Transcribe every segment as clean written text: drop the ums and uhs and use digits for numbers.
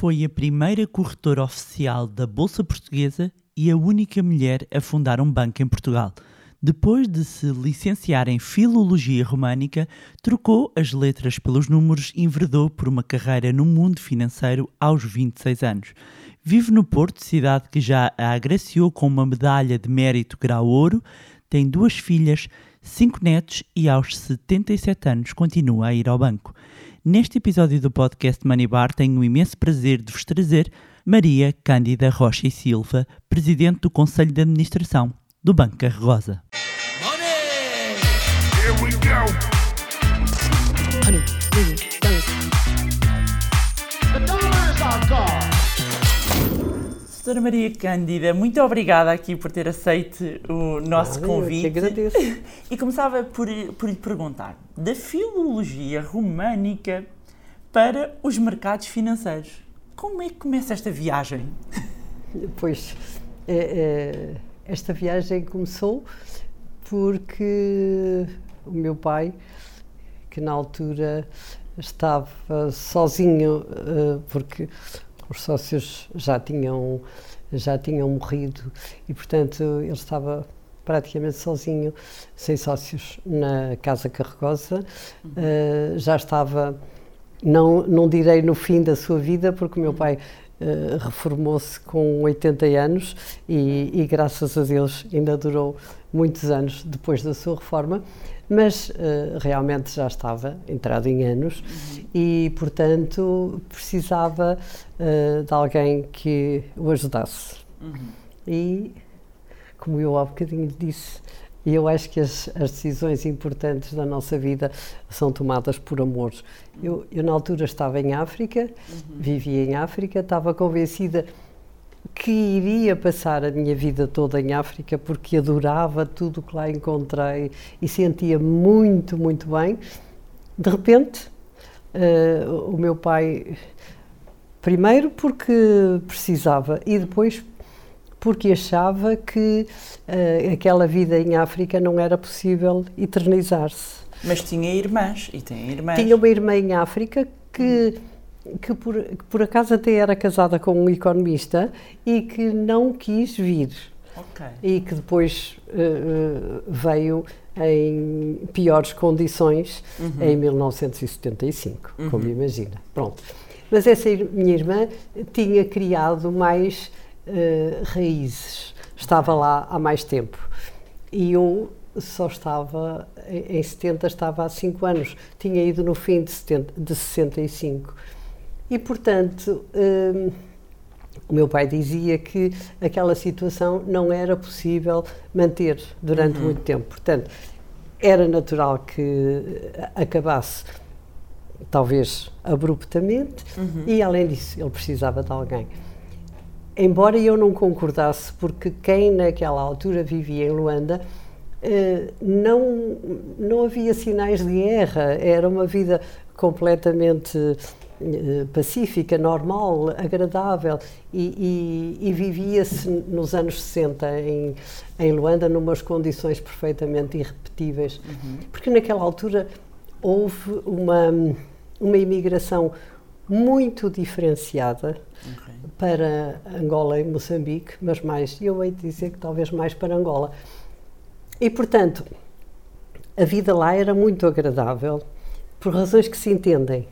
foi a primeira corretora oficial da Bolsa Portuguesa e a única mulher a fundar um banco em Portugal. Depois de se licenciar em Filologia Românica, trocou as letras pelos números e enveredou por uma carreira no mundo financeiro aos 26 anos. Vive no Porto, cidade que já a agraciou com uma medalha de mérito grau ouro, tem 2 filhas, 5 netos e aos 77 anos continua a ir ao banco. Neste episódio do podcast Money Bar tenho o imenso prazer de vos trazer Maria Cândida Rocha e Silva, Presidente do Conselho de Administração do Banco Carregosa. Money! Here we go! The dollar is our god! Doutora Maria Cândida, muito obrigada aqui por ter aceito o nosso convite. Eu que agradeço. E começava por lhe perguntar, da filologia românica para os mercados financeiros, como é que começa esta viagem? Pois, esta viagem começou porque o meu pai, que na altura estava sozinho, porque os sócios já tinham morrido e, portanto, ele estava praticamente sozinho, sem sócios, na Casa Carregosa. Já estava, não direi no fim da sua vida, porque o meu pai reformou-se com 80 anos e graças a Deus ainda durou muitos anos depois da sua reforma, mas realmente já estava entrado em anos e, portanto, precisava de alguém que o ajudasse. E, como eu há bocadinho lhe disse, eu acho que as decisões importantes da nossa vida são tomadas por amor. Eu na altura estava em África, vivia em África, estava convencida que iria passar a minha vida toda em África porque adorava tudo o que lá encontrei e sentia muito, muito bem. De repente, o meu pai, primeiro porque precisava e depois porque achava que aquela vida em África não era possível eternizar-se. Mas tinha irmãs, e tem irmãs. Tinha uma irmã em África que por acaso até era casada com um economista e que não quis vir. Okay. E que depois veio em piores condições em 1975, como imagina. Pronto. Mas essa minha irmã tinha criado mais raízes, estava lá há mais tempo. E eu só estava, em 70, estava há 5 anos, tinha ido no fim de 65. E, portanto, o meu pai dizia que aquela situação não era possível manter durante muito tempo. Portanto, era natural que acabasse, talvez abruptamente, e, além disso, ele precisava de alguém. Embora eu não concordasse, porque quem naquela altura vivia em Luanda, não havia sinais de guerra, era uma vida completamente pacífica, normal, agradável e vivia-se nos anos 60 em Luanda numas condições perfeitamente irrepetíveis, porque naquela altura houve uma imigração muito diferenciada para Angola e Moçambique, mas mais, eu hei de dizer que talvez mais para Angola. E, portanto, a vida lá era muito agradável, por razões que se entendem.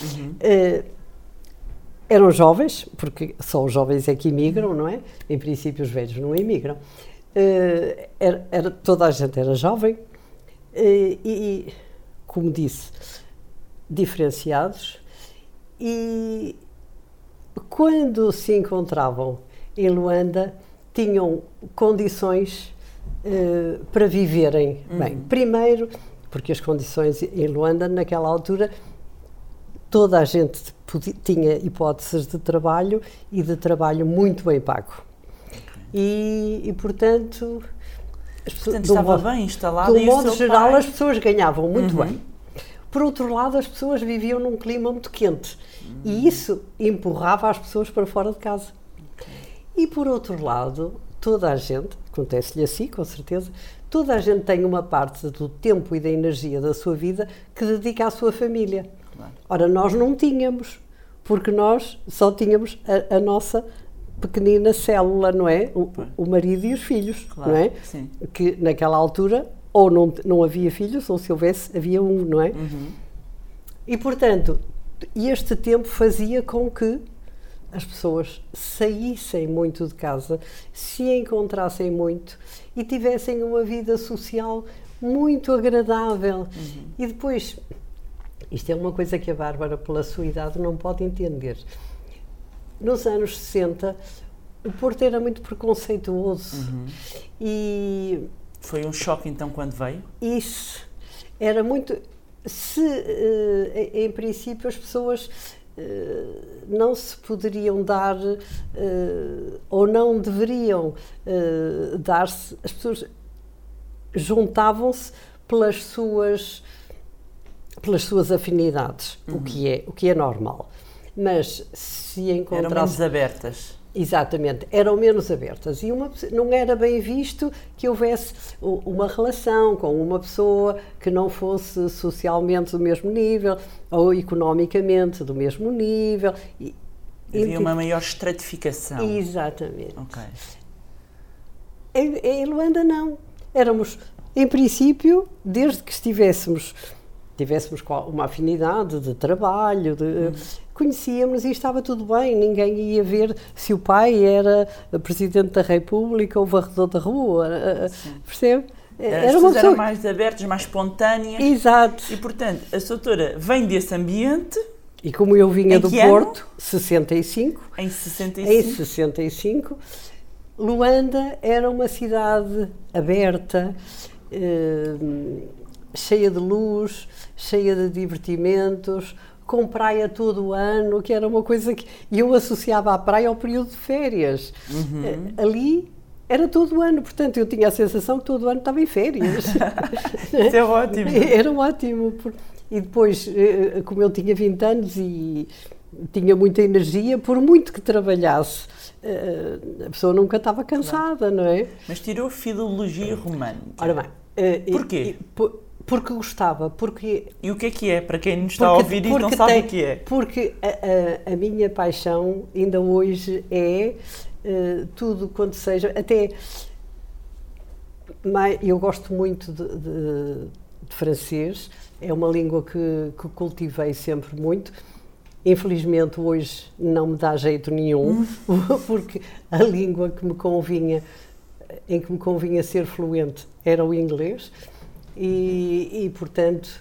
Eram jovens, porque só os jovens é que imigram, não é? Em princípio os velhos não imigram. Toda a gente era jovem e, como disse, diferenciados. E quando se encontravam em Luanda, tinham condições para viverem bem. Primeiro, porque as condições em Luanda, naquela altura, toda a gente tinha hipóteses de trabalho e de trabalho muito bem pago. E portanto, Estava bem instalado. De um modo geral, as pessoas ganhavam muito bem. Por outro lado, as pessoas viviam num clima muito quente e isso empurrava as pessoas para fora de casa. E por outro lado, toda a gente, acontece-lhe assim, com certeza, toda a gente tem uma parte do tempo e da energia da sua vida que dedica à sua família. Ora, nós não tínhamos, porque nós só tínhamos a nossa pequenina célula, não é? O marido e os filhos, Claro, não é? sim. Que naquela altura ou não havia filhos, ou se houvesse, havia um, não é? E, portanto, este tempo fazia com que as pessoas saíssem muito de casa, se encontrassem muito e tivessem uma vida social muito agradável. E depois, isto é uma coisa que a Bárbara, pela sua idade, não pode entender. Nos anos 60, o Porto era muito preconceituoso e Foi um choque então quando veio? isso era muito... em princípio, as pessoas não se poderiam dar ou não deveriam dar-se, as pessoas juntavam-se pelas suas afinidades, o que é normal. Mas se Eram encontrasse... menos abertas. Exatamente, eram menos abertas e não era bem visto que houvesse uma relação com uma pessoa que não fosse socialmente do mesmo nível ou economicamente do mesmo nível. Havia uma maior estratificação. Exatamente. Ok. Em Luanda não. Éramos, em princípio, desde que tivéssemos uma afinidade de trabalho, conhecíamos e estava tudo bem, ninguém ia ver se o pai era Presidente da República ou varredor da rua, percebe? As pessoas eram mais abertas, mais espontâneas. Exato. E, portanto, a sua doutora vem desse ambiente. E como eu vinha Em do que ano? Porto, 65, Em 65. em 65, Luanda era uma cidade aberta, cheia de luz, cheia de divertimentos, com praia todo o ano, que era uma coisa que eu associava à praia ao período de férias. Ali era todo o ano, portanto eu tinha a sensação que todo o ano estava em férias. Isso é ótimo. Era ótimo. E depois, como eu tinha 20 anos e tinha muita energia, por muito que trabalhasse, a pessoa nunca estava cansada, não é? Mas tirou filologia românica. Ora bem, Porquê? Porque gostava, porque... E o que é? Para quem nos está a ouvir e não sabe o que é. Porque a minha paixão ainda hoje é tudo quanto seja, até... Eu gosto muito de francês, é uma língua que cultivei sempre muito. Infelizmente hoje não me dá jeito nenhum, porque a língua em que me convinha ser fluente era o inglês. E portanto,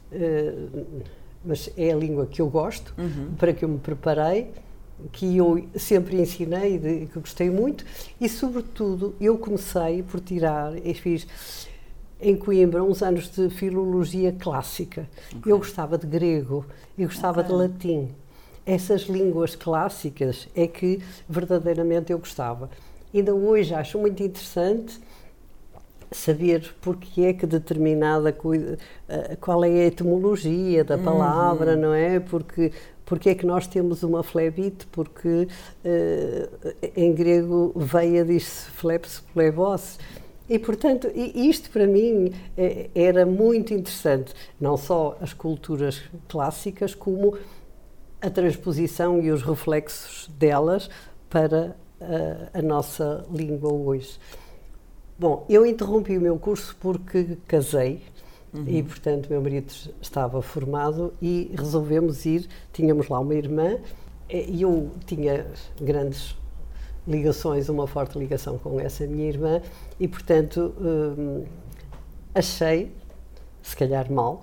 mas é a língua que eu gosto, para que eu me preparei, que eu sempre ensinei, que gostei muito, e sobretudo eu comecei por tirar, e fiz em Coimbra uns anos de filologia clássica. Eu gostava de grego, eu gostava de latim. Essas línguas clássicas é que verdadeiramente eu gostava. Ainda hoje acho muito interessante saber porque é que determinada coisa, qual é a etimologia da palavra, não é? Porque é que nós temos uma flebite, porque em grego veia diz-se fleps plebos. E, portanto, isto para mim era muito interessante, não só as culturas clássicas, como a transposição e os reflexos delas para a nossa língua hoje. Bom, eu interrompi o meu curso porque casei e, portanto, meu marido estava formado e resolvemos ir. Tínhamos lá uma irmã e eu tinha grandes ligações, uma forte ligação com essa minha irmã e, portanto, achei, se calhar mal,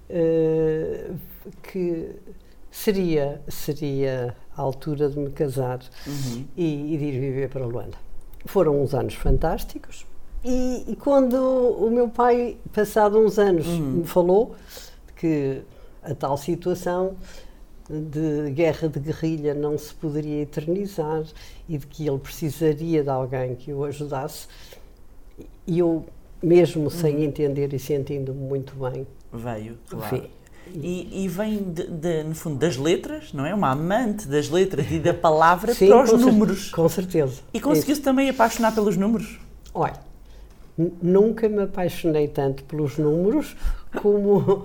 que seria a altura de me casar e de ir viver para Luanda. Foram uns anos fantásticos. E quando o meu pai, passado uns anos, me falou que a tal situação de guerra de guerrilha não se poderia eternizar e de que ele precisaria de alguém que o ajudasse, e eu, mesmo sem entender e sentindo-me muito bem, veio, claro. E vem, no fundo, das letras, não é? Uma amante das letras e da palavra. Sim, para os números. Com certeza. E conseguiu-se também apaixonar pelos números? Olha, nunca me apaixonei tanto pelos números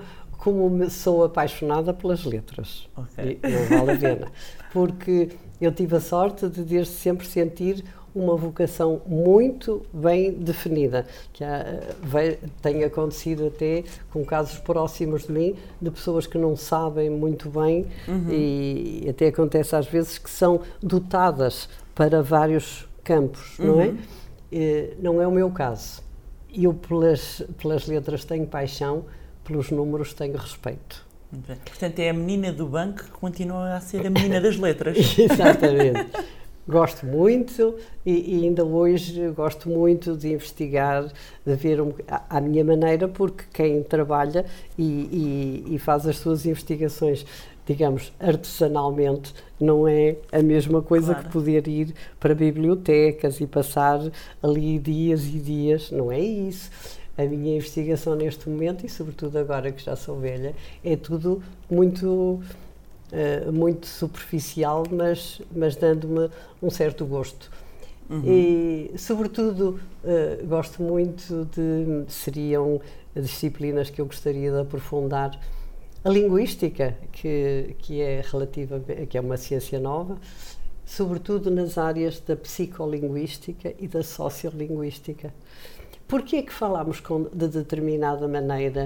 como sou apaixonada pelas letras. Ok. E não vale a pena. Porque eu tive a sorte de desde sempre sentir uma vocação muito bem definida, que tem acontecido até com casos próximos de mim, de pessoas que não sabem muito bem e até acontece às vezes que são dotadas para vários campos, não é? Não é o meu caso. Eu pelas letras tenho paixão, pelos números tenho respeito. Portanto, é a menina do banco que continua a ser a menina das letras. Exatamente. Gosto muito e ainda hoje gosto muito de investigar, de ver à minha maneira, porque quem trabalha e faz as suas investigações, digamos, artesanalmente, não é a mesma coisa que poder ir para bibliotecas e passar ali dias e dias, não é isso. A minha investigação neste momento, e sobretudo agora que já sou velha, é tudo muito superficial, mas dando-me um certo gosto. E, sobretudo, gosto muito seriam disciplinas que eu gostaria de aprofundar. A linguística, que é uma ciência nova, sobretudo nas áreas da psicolinguística e da sociolinguística. Porquê é que falamos de determinada maneira,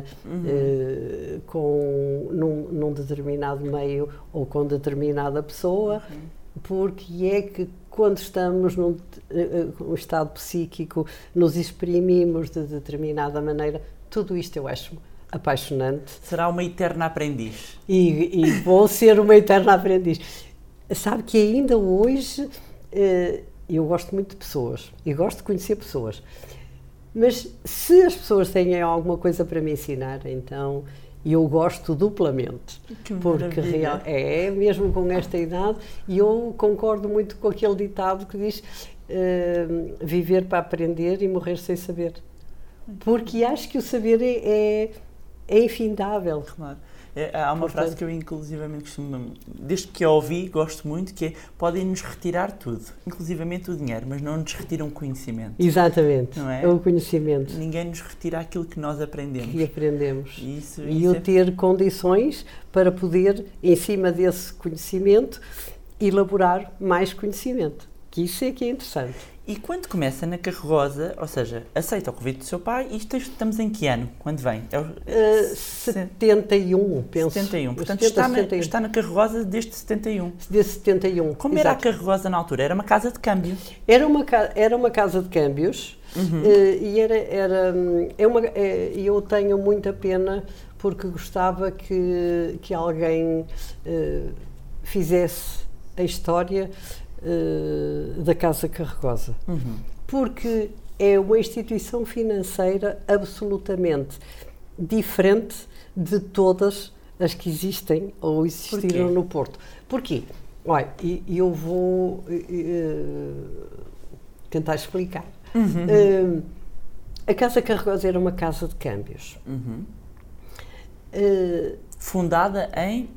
num determinado meio ou com determinada pessoa? Porque é que quando estamos num estado psíquico nos exprimimos de determinada maneira? Tudo isto eu acho apaixonante. Será uma eterna aprendiz. E vou ser uma eterna aprendiz. Sabe que ainda hoje eu gosto muito de pessoas e gosto de conhecer pessoas. Mas se as pessoas têm alguma coisa para me ensinar, então eu gosto duplamente. Porque mesmo com esta idade, e eu concordo muito com aquele ditado que diz viver para aprender e morrer sem saber. Porque acho que o saber é infindável. Claro. Há uma frase que eu inclusivamente costumo, desde que a ouvi, gosto muito, que é: podem-nos retirar tudo, inclusivamente o dinheiro, mas não nos retiram conhecimento. Exatamente, não é? É o conhecimento. Ninguém nos retira aquilo que nós aprendemos. E eu ter condições para poder, em cima desse conhecimento, elaborar mais conhecimento. Que isso é que é interessante. E quando começa na Carregosa, ou seja, aceita o convite do seu pai, e estamos em que ano? Quando vem? 71, penso. 71. Portanto, 71. está na Carregosa desde 71. Desde 71. Como era a Carregosa na altura? Era uma casa de câmbio? Era uma casa de câmbios e eu tenho muita pena porque gostava que alguém fizesse a história da Casa Carregosa, porque é uma instituição financeira absolutamente diferente de todas as que existem ou existiram no Porto. Porquê? Olha, eu vou tentar explicar. A Casa Carregosa era uma casa de câmbios. Fundada em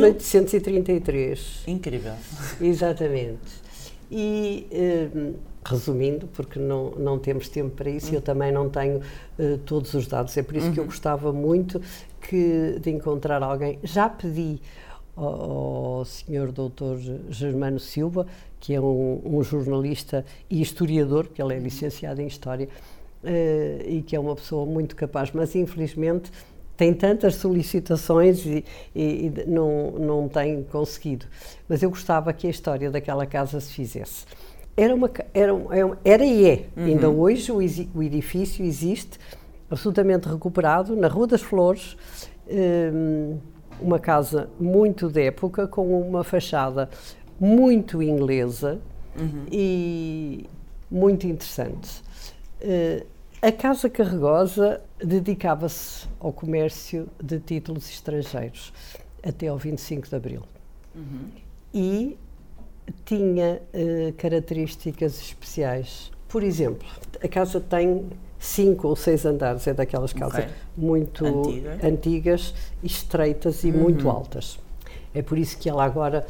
1833. Incrível. Exatamente. E, resumindo, porque não temos tempo para isso, eu também não tenho todos os dados, é por isso que eu gostava muito de encontrar alguém. Já pedi ao Sr. Dr. Germano Silva, que é um jornalista e historiador, porque ele é licenciado em História, e que é uma pessoa muito capaz, mas infelizmente tem tantas solicitações e não tem conseguido. Mas eu gostava que a história daquela casa se fizesse. Era e é. Ainda hoje o edifício existe, absolutamente recuperado, na Rua das Flores, uma casa muito de época, com uma fachada muito inglesa e muito interessante. A Casa Carregosa dedicava-se ao comércio de títulos estrangeiros até ao 25 de Abril. E tinha características especiais. Por exemplo, a casa tem 5 ou 6 andares, é daquelas casas muito antigas, estreitas e muito altas. É por isso que ela agora,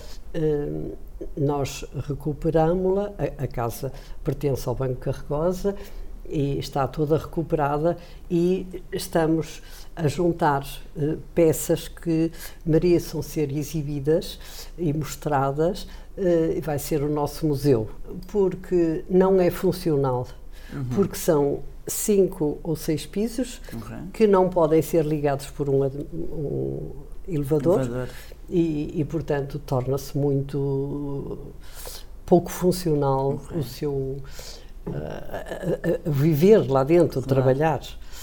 nós recuperámo-la, a casa pertence ao Banco Carregosa, e está toda recuperada e estamos a juntar peças que mereçam ser exibidas e mostradas. Vai ser o nosso museu, porque não é funcional, porque são 5 ou 6 pisos que não podem ser ligados por um elevador. E, portanto, torna-se muito pouco funcional o seu a viver lá dentro, trabalhar.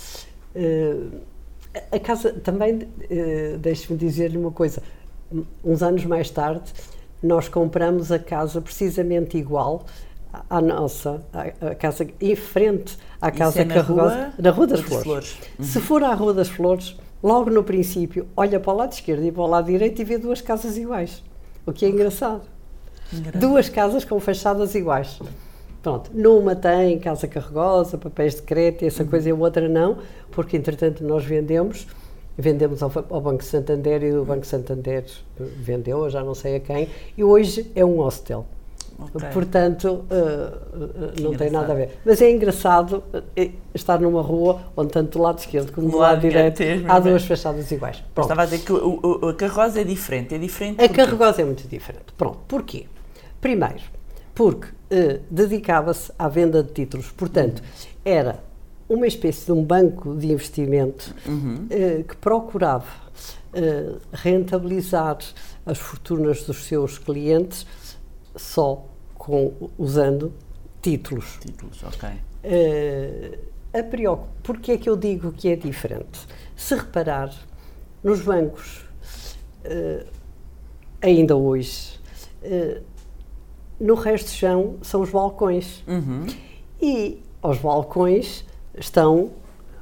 A casa também, deixe-me dizer-lhe uma coisa, uns anos mais tarde nós compramos a casa precisamente igual à nossa, a casa em frente à Casa Carregosa, na Rua das Flores. Se for à Rua das Flores, logo no princípio, olha para o lado esquerdo e para o lado direito e vê 2 casas iguais, o que é engraçado. 2 casas com fachadas iguais. Pronto, numa tem Casa Carregosa, papéis de crédito, essa coisa, e a outra não, porque entretanto nós vendemos ao Banco Santander e o Banco Santander vendeu, já não sei a quem, e hoje é um hostel. Portanto, não tem nada a ver. Mas é engraçado estar numa rua onde tanto do lado esquerdo como do lado direito há 2 fachadas iguais. Pronto. Estava a dizer que a Carregosa é diferente. A Carregosa é muito diferente. Pronto, porquê? Primeiro, porque dedicava-se à venda de títulos. Portanto, era uma espécie de um banco de investimento que procurava rentabilizar as fortunas dos seus clientes só usando títulos. Ok. Porque é que eu digo que é diferente? Se reparar, nos bancos, ainda hoje, no resto do chão são os balcões. E aos balcões estão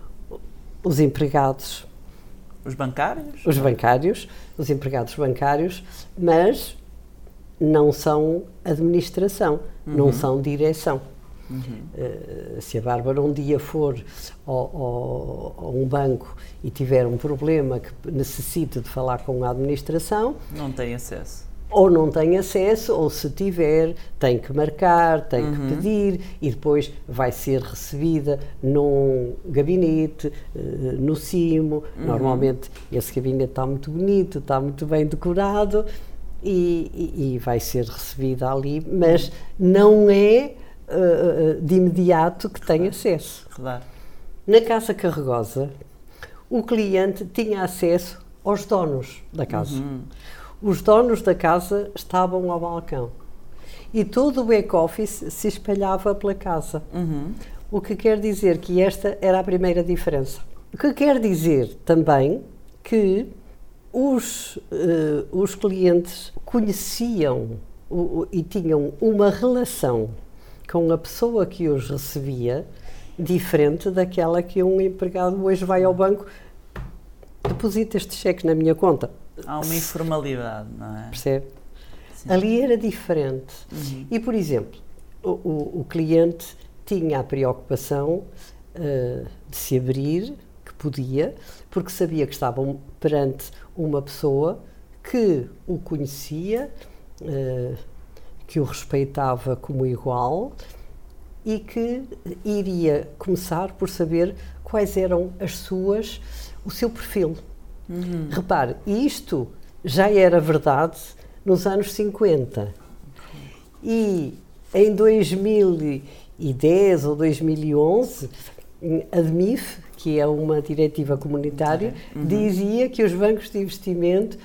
os empregados. Os bancários? Os bancários, os empregados bancários, mas não são administração, não são direção. Se a Bárbara um dia for a um banco e tiver um problema que necessite de falar com a administração, não tem acesso. Ou não tem acesso, ou se tiver, tem que marcar, tem que pedir, e depois vai ser recebida num gabinete, no cimo. Normalmente esse gabinete está muito bonito, está muito bem decorado, e vai ser recebida ali, mas não é de imediato que tem acesso. Claro. Na Casa Carregosa, o cliente tinha acesso aos donos da casa. Os donos da casa estavam ao balcão e todo o back-office se espalhava pela casa. O que quer dizer que esta era a primeira diferença. O que quer dizer também que os clientes conheciam e tinham uma relação com a pessoa que os recebia diferente daquela que um empregado hoje vai ao banco, deposita este cheque na minha conta. Há uma informalidade, não é? Percebe? Sim. Ali era diferente. E, por exemplo, o cliente tinha a preocupação de se abrir, que podia, porque sabia que estavam perante uma pessoa que o conhecia, que o respeitava como igual e que iria começar por saber quais eram o seu perfil. Repare, isto já era verdade nos anos 50 e em 2010 ou 2011 a DMIF, que é uma diretiva comunitária, dizia que os bancos de investimento,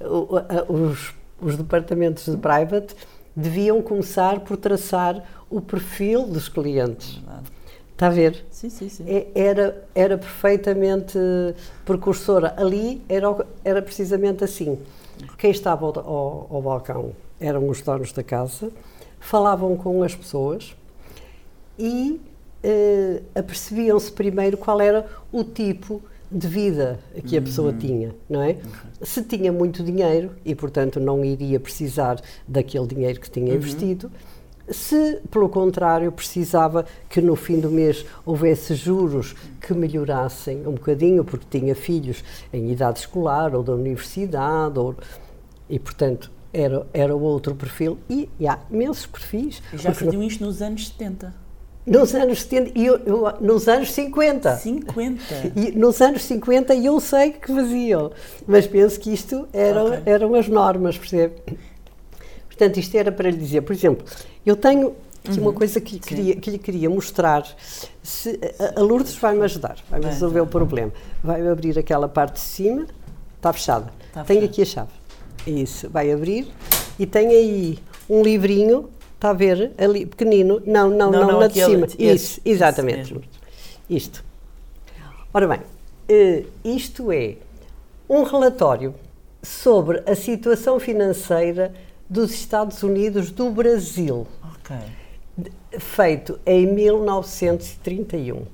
os departamentos de private, deviam começar por traçar o perfil dos clientes. Está a ver? Sim. Era perfeitamente precursora. Ali era precisamente assim. Quem estava ao balcão eram os donos da casa, falavam com as pessoas e apercebiam-se primeiro qual era o tipo de vida que a pessoa tinha, não é? Se tinha muito dinheiro e, portanto, não iria precisar daquele dinheiro que tinha investido. Se, pelo contrário, precisava que no fim do mês houvesse juros que melhorassem um bocadinho, porque tinha filhos em idade escolar ou da universidade, e portanto era outro perfil. E há imensos perfis. E já faziam isto nos anos 70? Nos anos 70 e nos anos 50. 50? E nos anos 50 eu sei que faziam, mas penso que isto eram as normas, percebe? Portanto, isto era para lhe dizer, por exemplo, eu tenho aqui uma coisa que lhe queria mostrar. A Lourdes vai-me ajudar, vai-me resolver o problema. Vai abrir aquela parte de cima, está fechada. Tenho aqui a chave. Isso, vai abrir e tem aí um livrinho, está a ver, ali, pequenino. Não, na de cima. Isso, exatamente. Isto. Ora bem, isto é um relatório sobre a situação financeira dos Estados Unidos do Brasil. Ok. Feito em 1931.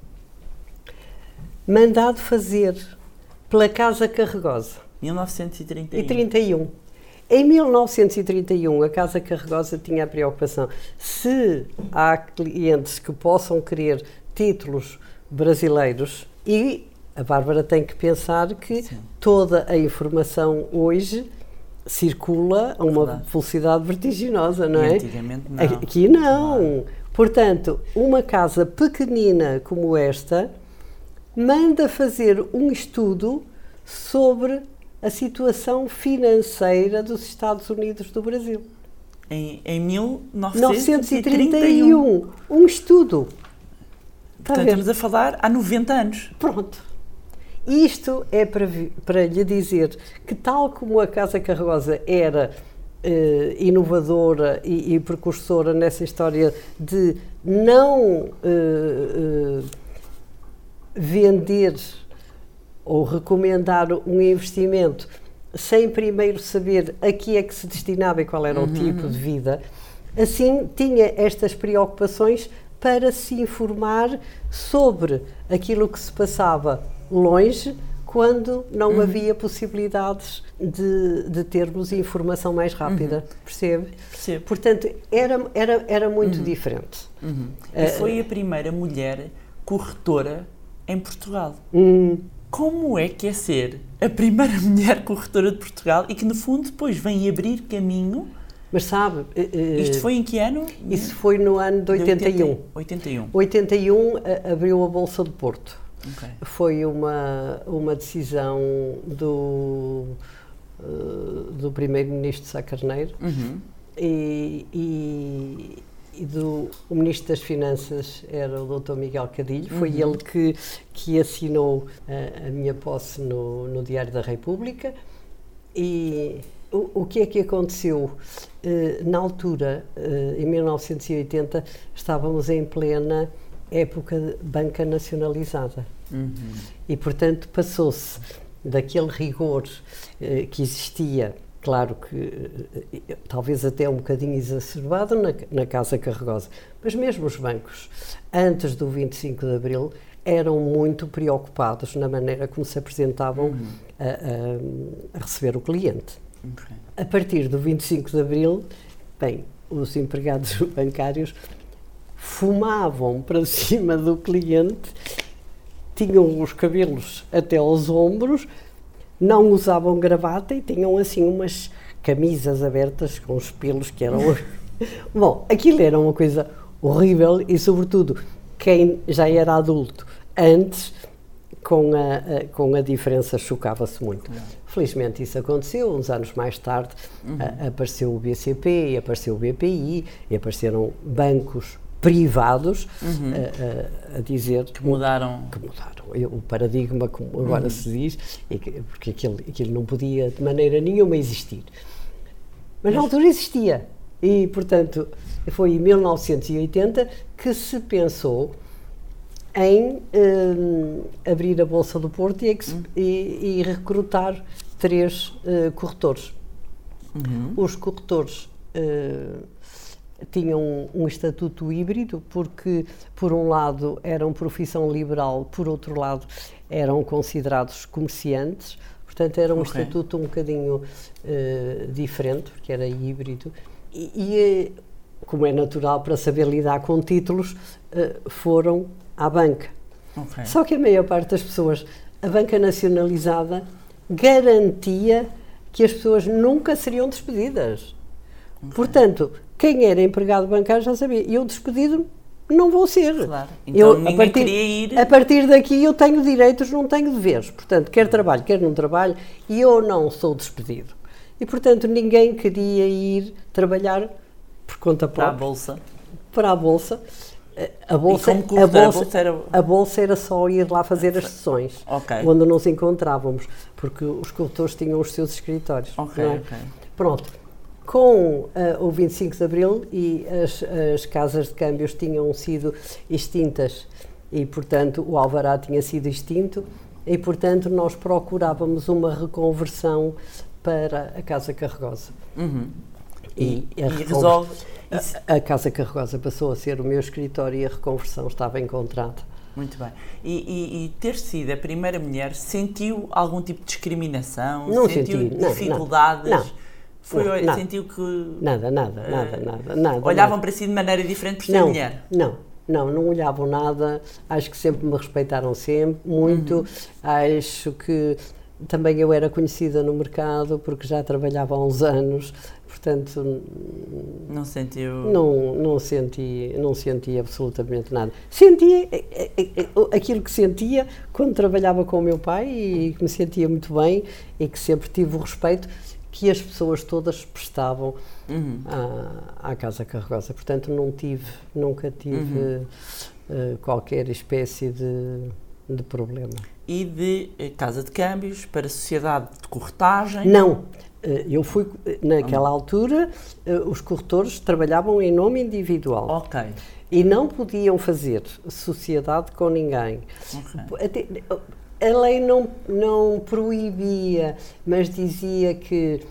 Mandado fazer pela Casa Carregosa. 1931. Em 1931, a Casa Carregosa tinha a preocupação se há clientes que possam querer títulos brasileiros, e a Bárbara tem que pensar que toda a informação hoje circula a uma velocidade vertiginosa, não é? Antigamente não. Aqui não. Portanto, uma casa pequenina como esta manda fazer um estudo sobre a situação financeira dos Estados Unidos do Brasil. Em 1931. 1931. Um estudo. Portanto, estamos a falar há 90 anos. Pronto. Isto é para lhe dizer que, tal como a Casa Carregosa era inovadora e precursora nessa história de não vender ou recomendar um investimento sem primeiro saber a que é que se destinava e qual era o tipo de vida, assim tinha estas preocupações para se informar sobre aquilo que se passava longe, quando não havia possibilidades de termos informação mais rápida, percebe? Percebo. Portanto, era muito diferente. E foi a primeira mulher corretora em Portugal. Como é que é ser a primeira mulher corretora de Portugal e que, no fundo, depois vem abrir caminho? Mas sabe... isto foi em que ano? Isso foi no ano de 81. 81 abriu a Bolsa do Porto. Okay. Foi uma decisão do primeiro-ministro Sá Carneiro e o Ministro das Finanças era o Dr. Miguel Cadilho. Foi ele que assinou a minha posse no Diário da República. E o que é que aconteceu? Na altura, em 1980, estávamos em plena época de banca nacionalizada. E, portanto, passou-se daquele rigor que existia, claro que talvez até um bocadinho exacerbado na Casa Carregosa, mas mesmo os bancos, antes do 25 de Abril, eram muito preocupados na maneira como se apresentavam a receber o cliente. A partir do 25 de Abril, bem, os empregados bancários fumavam para cima do cliente, tinham os cabelos até aos ombros, não usavam gravata e tinham assim umas camisas abertas com os pelos que eram... Bom, aquilo era uma coisa horrível e, sobretudo, quem já era adulto antes, com a diferença, chocava-se muito. Felizmente isso aconteceu. Uns anos mais tarde apareceu o BCP, apareceu o BPI, e apareceram bancos privados a dizer que mudaram o paradigma, como agora se diz, porque aquilo não podia de maneira nenhuma existir. Mas na altura existia. E, portanto, foi em 1980 que se pensou em abrir a Bolsa do Porto e recrutar 3 corretores. Os corretores tinham um estatuto híbrido, porque, por um lado, eram profissão liberal, por outro lado, eram considerados comerciantes. Portanto, era um estatuto um bocadinho diferente, porque era híbrido. E, como é natural, para saber lidar com títulos, foram à banca. Só que a maior parte das pessoas, a banca nacionalizada garantia que as pessoas nunca seriam despedidas. Portanto, quem era empregado bancário já sabia. E o despedido não vou ser. Claro. Então ninguém queria ir. A partir daqui eu tenho direitos, não tenho deveres. Portanto, quer trabalho, quer não trabalho, e eu não sou despedido. E, portanto, ninguém queria ir trabalhar por conta própria. Para a Bolsa. A bolsa era só ir lá fazer as sessões, onde nos encontrávamos, porque os corretores tinham os seus escritórios. Pronto. Com o 25 de Abril e as casas de câmbios tinham sido extintas e, portanto, o alvará tinha sido extinto e, portanto, nós procurávamos uma reconversão para a Casa Carregosa. E resolve... A Casa Carregosa passou a ser o meu escritório e a reconversão estava encontrada. Muito bem. E ter sido a primeira mulher, sentiu algum tipo de discriminação? Não sentiu senti, dificuldades? Não. Sentiu que... Nada. Olhavam para si de maneira diferente por ser mulher? Não olhavam nada. Acho que sempre me respeitaram muito. Acho que também eu era conhecida no mercado porque já trabalhava há uns anos. Portanto, não sentiu? Não senti absolutamente nada. Sentia aquilo que sentia quando trabalhava com o meu pai e que me sentia muito bem e que sempre tive o respeito que as pessoas todas prestavam à Casa Carregosa. Portanto, nunca tive qualquer espécie de problema. E de casa de câmbios para sociedade de corretagem? Não. Eu fui, naquela altura, os corretores trabalhavam em nome individual. E não podiam fazer sociedade com ninguém. A lei não proibia, mas dizia que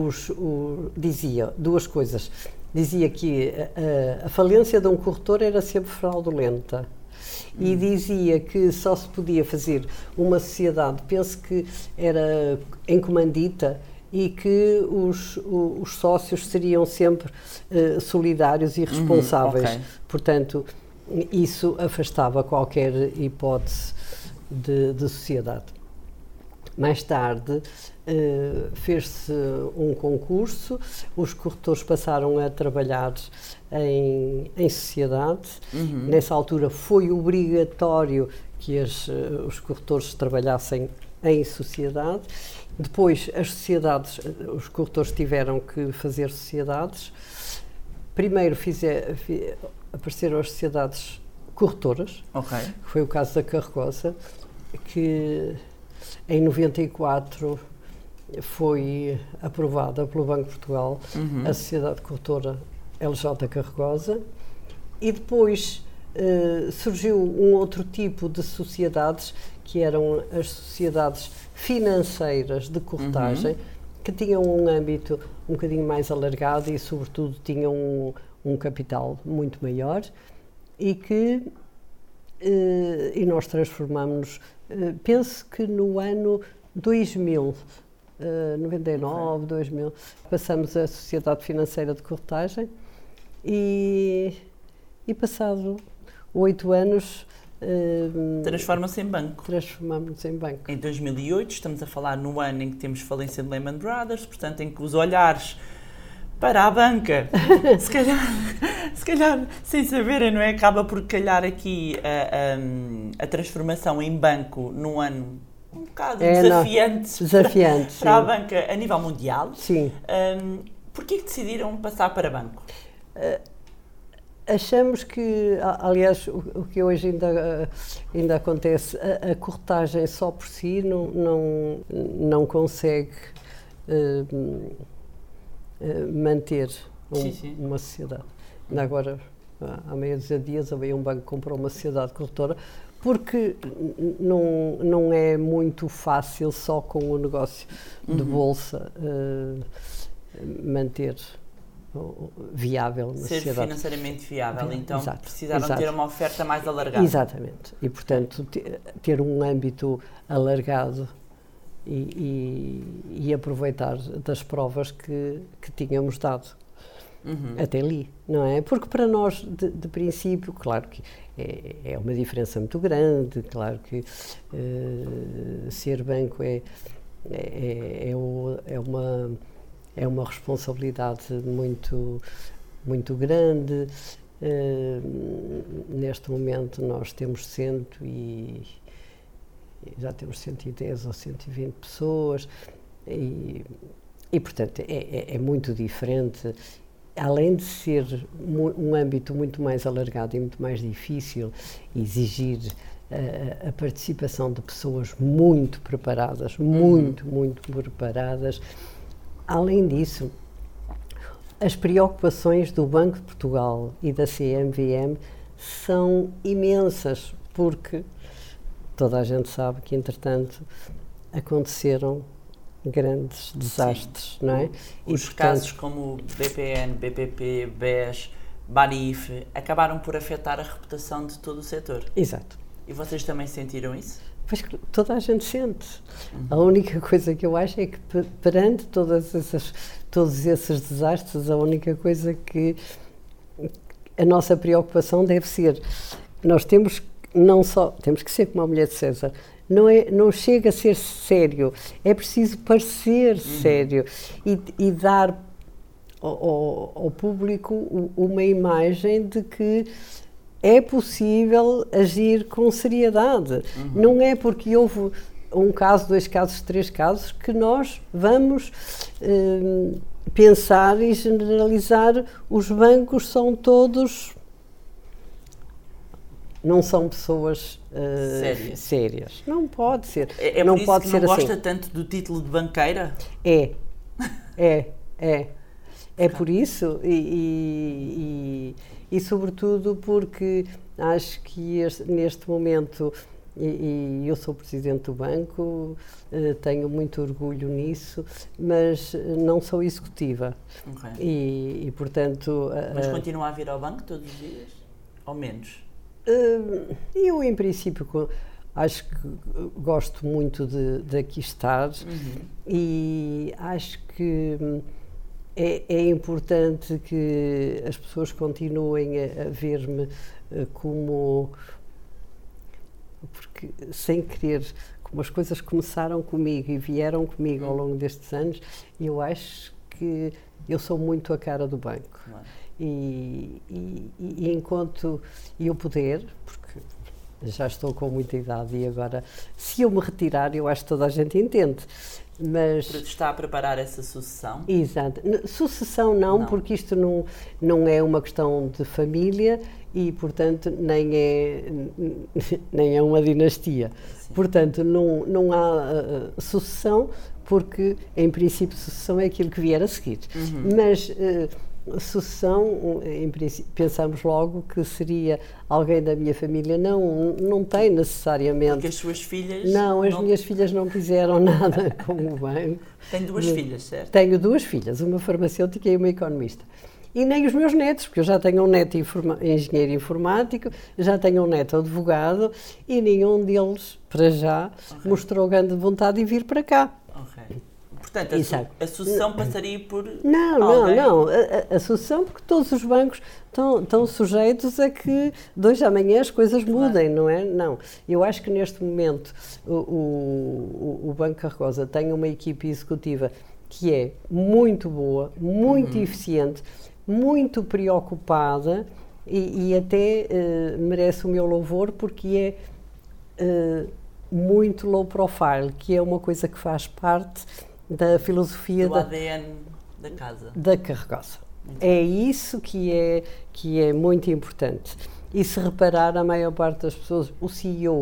dizia duas coisas. Dizia que a falência de um corretor era sempre fraudulenta. E dizia que só se podia fazer uma sociedade, penso que era em comandita, e que os sócios seriam sempre solidários e responsáveis. Portanto, isso afastava qualquer hipótese de sociedade. Mais tarde, fez-se um concurso, os corretores passaram a trabalhar em sociedade. Nessa altura foi obrigatório que os corretores trabalhassem em sociedade. Depois, os corretores tiveram que fazer sociedades. Primeiro apareceram as sociedades corretoras, que foi o caso da Carregosa, que em 94 foi aprovada pelo Banco de Portugal a Sociedade Corretora LJ Carregosa, e depois surgiu um outro tipo de sociedades, que eram as sociedades financeiras de corretagem, que tinham um âmbito um bocadinho mais alargado e, sobretudo, tinham um capital muito maior, e nós transformámos-nos, penso que no ano 2000, 99, 2000, passamos a Sociedade Financeira de Corretagem e passado 8 anos... Transforma-se em banco. Transformamos-nos em banco. Em 2008, estamos a falar no ano em que temos falência de Lehman Brothers, portanto, em que os olhares para a banca, se calhar, sem saberem, não é? Acaba por calhar aqui a transformação em banco num ano um bocado desafiante para a banca a nível mundial. Sim. Porquê que decidiram passar para banco? Achamos que, aliás, o que hoje ainda acontece, a corretagem só por si não consegue manter uma sociedade. Ainda agora, há meia dúzia de dias, havia um banco que comprou uma sociedade corretora, porque não é muito fácil só com o negócio de bolsa manter viável na sociedade. Ser financeiramente viável, então precisaram ter uma oferta mais alargada. Exatamente, e portanto ter um âmbito alargado e aproveitar das provas que tínhamos dado até ali, não é? Porque para nós, de princípio, claro que é uma diferença muito grande, claro que ser banco é uma responsabilidade muito, muito grande, Neste momento nós temos já temos 110 ou 120 pessoas e portanto, é muito diferente. Além de ser um âmbito muito mais alargado e muito mais difícil, exigir a participação de pessoas muito preparadas, muito preparadas. Além disso, as preocupações do Banco de Portugal e da CMVM são imensas, porque toda a gente sabe que, entretanto, aconteceram grandes desastres, não é? Os casos como BPN, BPP, BES, Banif acabaram por afetar a reputação de todo o setor. Exato. E vocês também sentiram isso? Pois toda a gente sente. A única coisa que eu acho é que perante todos esses desastres, a única coisa que a nossa preocupação deve ser, nós temos que ser como a mulher de César, não chega a ser sério, é preciso parecer sério e dar ao público uma imagem de que é possível agir com seriedade. Não é porque houve um caso, 2 casos, 3 casos que nós vamos pensar e generalizar. Os bancos são todos... Não são pessoas sérias. Não pode ser. É não por isso pode que ser não assim. gosta tanto do título de banqueira? É por isso e sobretudo porque acho que neste momento, e eu sou presidente do banco, tenho muito orgulho nisso, mas não sou executiva. Okay. E portanto... Mas continua a vir ao banco todos os dias? Ou menos? Eu, em princípio, acho que gosto muito de aqui estar e acho que é importante que as pessoas continuem a ver-me como... Porque, sem querer, como as coisas começaram comigo e vieram comigo ao longo destes anos, eu acho que eu sou muito a cara do banco. E enquanto eu puder, porque já estou com muita idade e agora, se eu me retirar, eu acho que toda a gente entende. Mas está a preparar essa sucessão? Exato. Sucessão não, porque isto não é uma questão de família e, portanto, nem é uma dinastia. Sim. Portanto, não há sucessão, porque, em princípio, sucessão é aquilo que vier a seguir. Mas sucessão, em princípio, pensamos logo que seria alguém da minha família. Não tem necessariamente. Porque as suas filhas... Não, as minhas filhas não fizeram nada com o banco. Tem 2 filhas, certo? Tenho 2 filhas, uma farmacêutica e uma economista. E nem os meus netos, porque eu já tenho um neto engenheiro informático, já tenho um neto advogado e nenhum deles, para já, mostrou grande vontade de vir para cá. Ok. Portanto, a sucessão passaria por Não. A sucessão, porque todos os bancos estão sujeitos a que de hoje à amanhã as coisas mudem, não é? Não. Eu acho que neste momento o Banco Carregosa tem uma equipe executiva que é muito boa, muito eficiente, muito preocupada e até merece o meu louvor porque é muito low profile, que é uma coisa que faz parte da filosofia do ADN da casa. Da Carregosa. É isso que é muito importante. E se reparar, a maior parte das pessoas, o CEO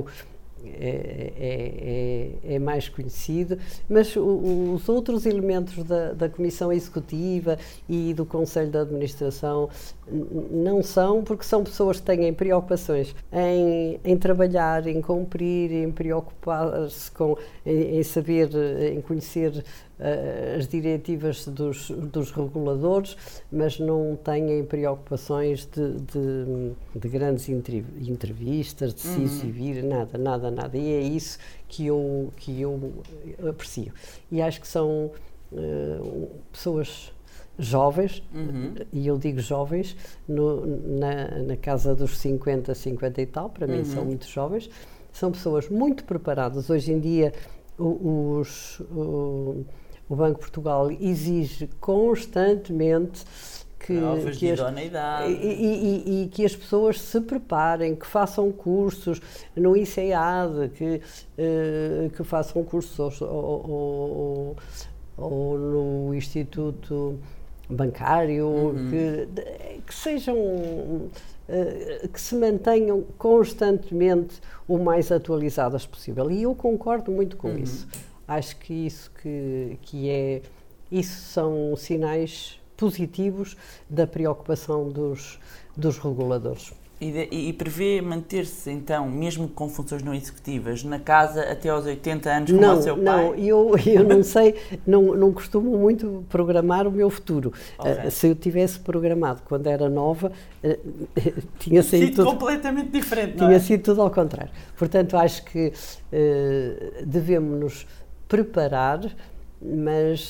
é mais conhecido, mas os outros elementos da Comissão Executiva e do Conselho de Administração não são, porque são pessoas que têm preocupações em trabalhar, em cumprir, em preocupar-se em saber, em conhecer as diretivas dos reguladores, mas não têm preocupações de grandes entrevistas, de se exibir, nada. E é isso que eu aprecio. E acho que são pessoas jovens, e eu digo jovens, na casa dos 50 e tal, para mim são muito jovens, são pessoas muito preparadas. Hoje em dia o Banco de Portugal exige constantemente Provas de idoneidade. E que as pessoas se preparem, que façam cursos no INSEAD, que façam cursos ou no Instituto Bancário, que sejam, que se mantenham constantemente o mais atualizadas possível. E eu concordo muito com isso. Acho que isso são sinais positivos da preocupação dos reguladores. E prevê manter-se, então, mesmo com funções não executivas, na casa até aos 80 anos, como o seu pai? Não, eu não sei, não costumo muito programar o meu futuro. Okay. Se eu tivesse programado quando era nova, tinha sido tudo completamente diferente, tinha sido tudo ao contrário. Portanto, acho que devemos nos preparar, mas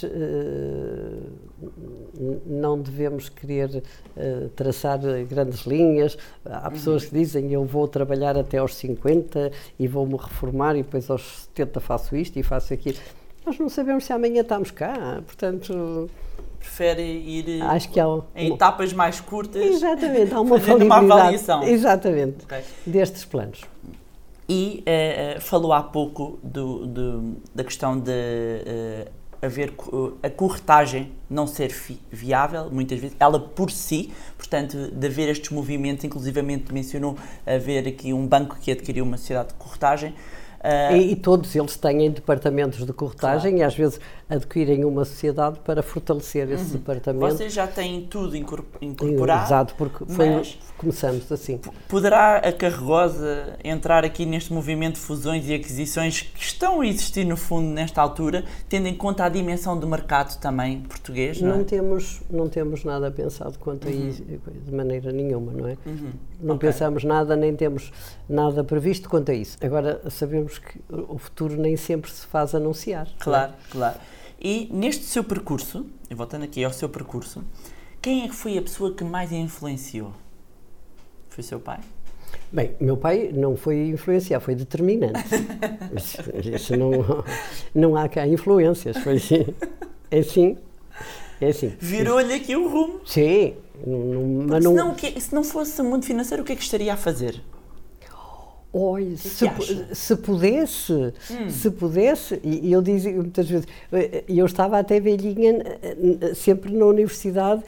não devemos querer traçar grandes linhas. Há pessoas que dizem eu vou trabalhar até aos 50 e vou-me reformar e depois aos 70 faço isto e faço aquilo. Nós não sabemos se amanhã estamos cá, portanto... Prefere ir acho que em etapas mais curtas? Exatamente, há uma fazendo uma avaliação. Exatamente, okay. Destes planos. E falou há pouco da questão de haver a corretagem não ser viável, muitas vezes, ela por si, portanto, de haver estes movimentos, inclusivamente mencionou haver aqui um banco que adquiriu uma sociedade de corretagem. E todos eles têm departamentos de corretagem, claro. E às vezes adquirem uma sociedade para fortalecer esse departamento. Vocês já têm tudo incorporado. Exato, porque começamos assim. Poderá a Carregosa entrar aqui neste movimento de fusões e aquisições que estão a existir no fundo nesta altura, tendo em conta a dimensão do mercado também português? Não temos nada pensado quanto a isso, de maneira nenhuma, não é? Não pensamos nada, nem temos nada previsto quanto a isso. Agora, sabemos que o futuro nem sempre se faz anunciar. Claro, claro. E neste seu percurso, voltando aqui ao seu percurso, quem é que foi a pessoa que mais a influenciou? Foi seu pai? Bem, meu pai não foi influenciar, foi determinante. Isso não há cá influências, foi assim. É assim. Virou-lhe aqui o rumo. Sim. Mas se não fosse mundo financeiro, o que é que estaria a fazer? Olha, se pudesse, e eu dizia muitas vezes, eu estava até velhinha, sempre na universidade,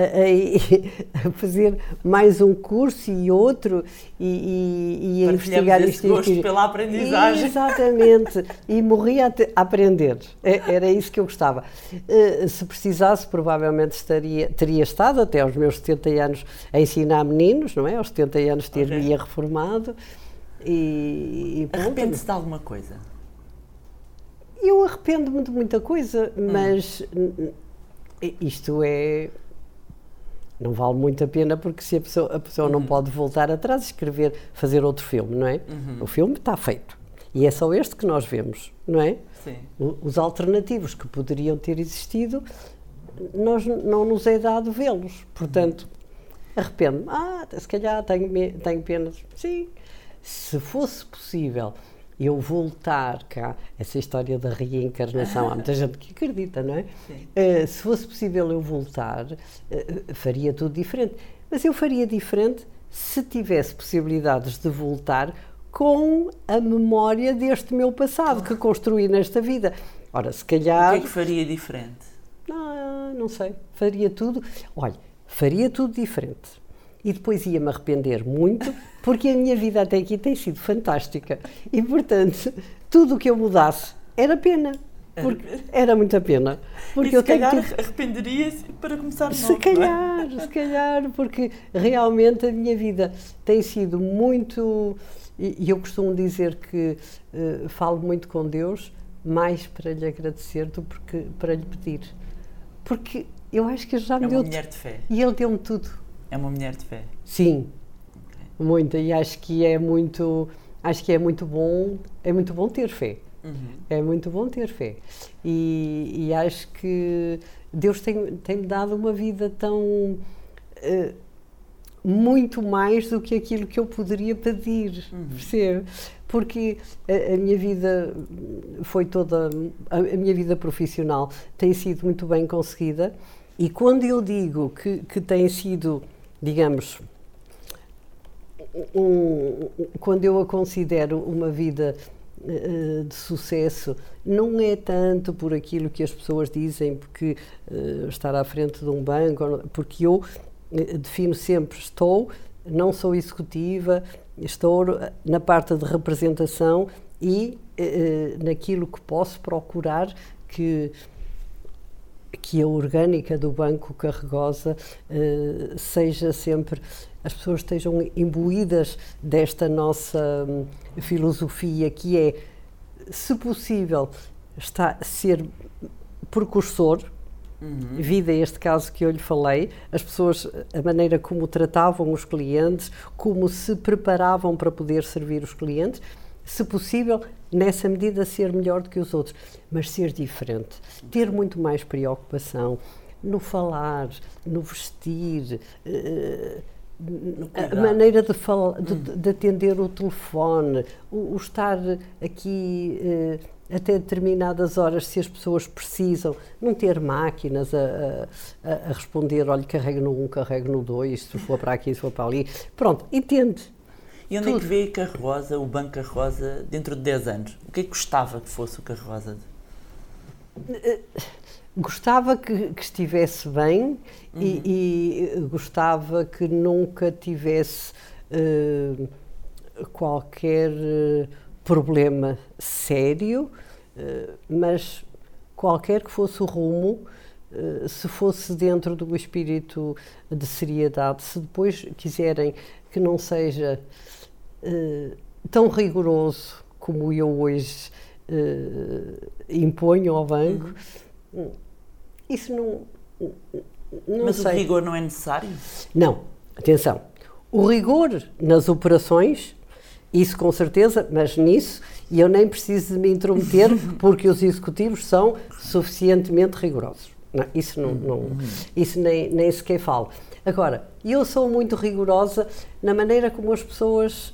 a fazer mais um curso e outro, e a investigar isto. Gosto pela aprendizagem. Exatamente, e morria a aprender, era isso que eu gostava. Se precisasse, provavelmente teria estado até aos meus 70 anos a ensinar meninos, não é? Aos 70 anos teria reformado. Arrepende-se de alguma coisa? Eu arrependo-me de muita coisa, mas isto não vale muito a pena, porque se a pessoa não pode voltar atrás e escrever, fazer outro filme, não é? O filme está feito. E é só este que nós vemos, não é? Sim. Os alternativos que poderiam ter existido, não nos é dado vê-los. Portanto, arrependo-me. Se calhar tenho pena. Sim. Se fosse possível eu voltar cá, essa história da reencarnação, há muita gente que acredita, não é? Se fosse possível eu voltar, faria tudo diferente. Mas eu faria diferente se tivesse possibilidades de voltar com a memória deste meu passado, que construí nesta vida. Ora, se calhar... O que é que faria diferente? Não sei. Faria tudo diferente. E depois ia-me arrepender muito, porque a minha vida até aqui tem sido fantástica. E, portanto, tudo o que eu mudasse era pena. Porque era muita pena. Porque e se calhar arrependeria-se para começar de novo. Se calhar, porque realmente a minha vida tem sido muito... E eu costumo dizer que falo muito com Deus, mais para lhe agradecer do que para lhe pedir. Porque eu acho que ele já me deu... É uma mulher de fé. E ele deu-me tudo. É uma mulher de fé. Sim, muita, e acho que é muito bom ter fé. É muito bom ter fé. E acho que Deus tem-me dado uma vida tão muito mais do que aquilo que eu poderia pedir, percebe? Porque a minha vida a minha vida profissional tem sido muito bem conseguida. E quando eu digo que tem sido, digamos, quando eu a considero uma vida de sucesso, não é tanto por aquilo que as pessoas dizem, porque estar à frente de um banco, porque eu defino sempre, não sou executiva, estou na parte de representação e naquilo que posso procurar que a orgânica do Banco Carregosa seja sempre, as pessoas estejam imbuídas desta nossa filosofia, que é, se possível, ser precursor, vida este caso que eu lhe falei, as pessoas, a maneira como tratavam os clientes, como se preparavam para poder servir os clientes, se possível, nessa medida, ser melhor do que os outros, mas ser diferente, ter muito mais preocupação no falar, no vestir, a maneira de falar, de atender o telefone, o estar aqui até determinadas horas, se as pessoas precisam, não ter máquinas a responder, olha, carrego no 1, carrego no 2, se for para aqui, se for para ali, pronto, entende. E onde é que vê Carregosa, o Banco Carregosa, dentro de 10 anos? O que é que gostava que fosse o Carregosa? Gostava que estivesse bem e gostava que nunca tivesse qualquer problema sério, mas qualquer que fosse o rumo, se fosse dentro do espírito de seriedade, se depois quiserem que não seja tão rigoroso como eu hoje imponho ao banco, isso não Mas sei. O rigor não é necessário? Não, atenção, o rigor nas operações, isso com certeza, mas nisso, e eu nem preciso de me intrometer porque os executivos são suficientemente rigorosos. Não, isso isso nem sequer falo. Agora, eu sou muito rigorosa na maneira como as pessoas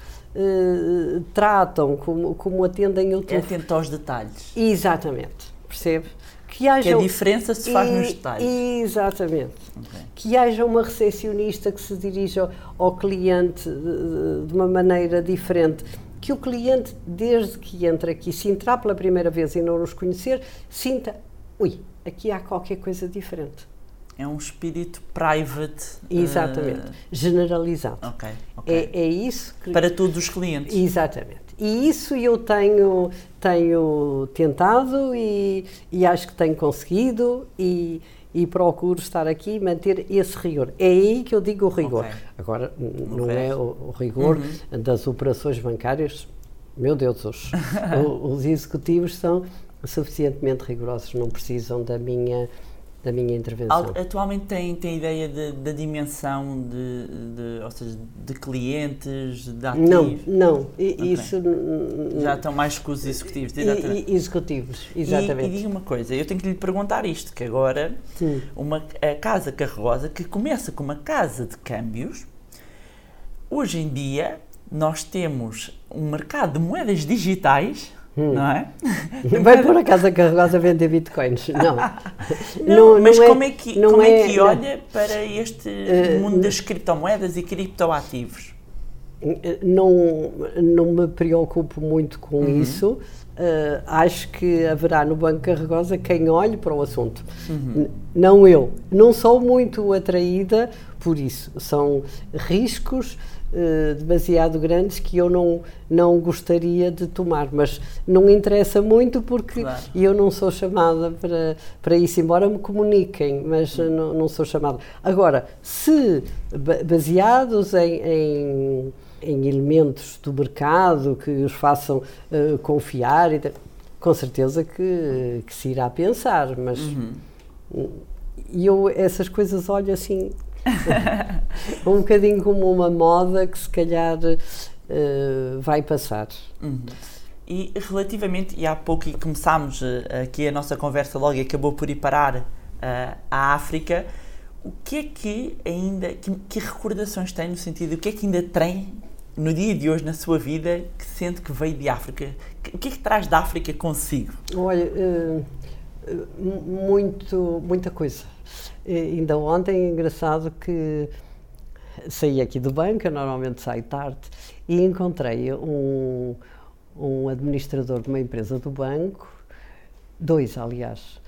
tratam, como atendem o telefone. É atento aos detalhes. Exatamente, percebe? Que a diferença se faz nos detalhes. Exatamente. Okay. Que haja uma recepcionista que se dirija ao cliente de uma maneira diferente. Que o cliente, desde que entra aqui, se entrar pela primeira vez e não nos conhecer, sinta, aqui há qualquer coisa diferente. É um espírito private. Exatamente. Generalizado. Ok. É isso que... Para todos os clientes. Exatamente. E isso eu tenho tentado e acho que tenho conseguido e procuro estar aqui e manter esse rigor. É aí que eu digo o rigor. Okay. Agora, não é o rigor das operações bancárias. Meu Deus, os executivos são suficientemente rigorosos, não precisam da minha intervenção. Atualmente tem ideia da dimensão ou seja, de clientes, de ativos? Não. Okay. Isso... Já estão mais que os executivos, Executivos, exatamente. E diga uma coisa, eu tenho que lhe perguntar isto, que agora a Casa Carregosa, que começa com uma casa de câmbios, hoje em dia nós temos um mercado de moedas digitais, não é? Vai pôr a Casa Carregosa a vender bitcoins, não. Mas como é que olha para este mundo das criptomoedas e criptoativos? Não me preocupo muito com isso. Acho que haverá no Banco Carregosa quem olhe para o assunto. Não eu. Não sou muito atraída por isso. São riscos demasiado grandes que eu não gostaria de tomar, mas não interessa muito porque eu não sou chamada para isso, embora me comuniquem, mas não sou chamada. Agora, se baseados em elementos do mercado que os façam confiar, com certeza que se irá pensar, mas eu essas coisas olho assim um bocadinho como uma moda que se calhar vai passar. E relativamente, e há pouco e começámos aqui a nossa conversa logo e acabou por ir parar à África, o que é que ainda, que recordações tem no sentido, o que é que ainda tem no dia de hoje na sua vida que sente que veio de África? O que é que traz da África consigo? Olha, muita coisa. Ainda ontem, engraçado que saí aqui do banco, eu normalmente saio tarde, e encontrei um administrador de uma empresa do banco, dois, aliás,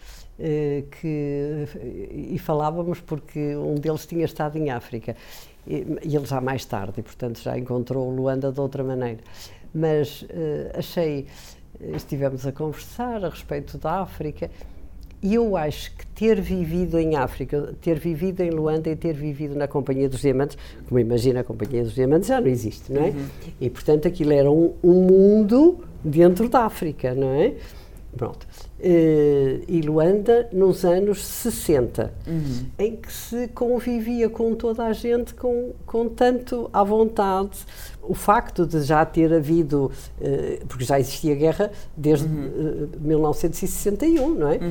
e falávamos porque um deles tinha estado em África, e ele já mais tarde, e portanto já encontrou Luanda de outra maneira. Mas estivemos a conversar a respeito da África, e eu acho que ter vivido em África, ter vivido em Luanda e ter vivido na Companhia dos Diamantes, como imagina, a Companhia dos Diamantes já não existe, não é? E portanto aquilo era um mundo dentro da África, não é? Pronto. E Luanda nos anos 60, em que se convivia com toda a gente com tanto à vontade. O facto de já ter havido, porque já existia guerra desde 1961, não é?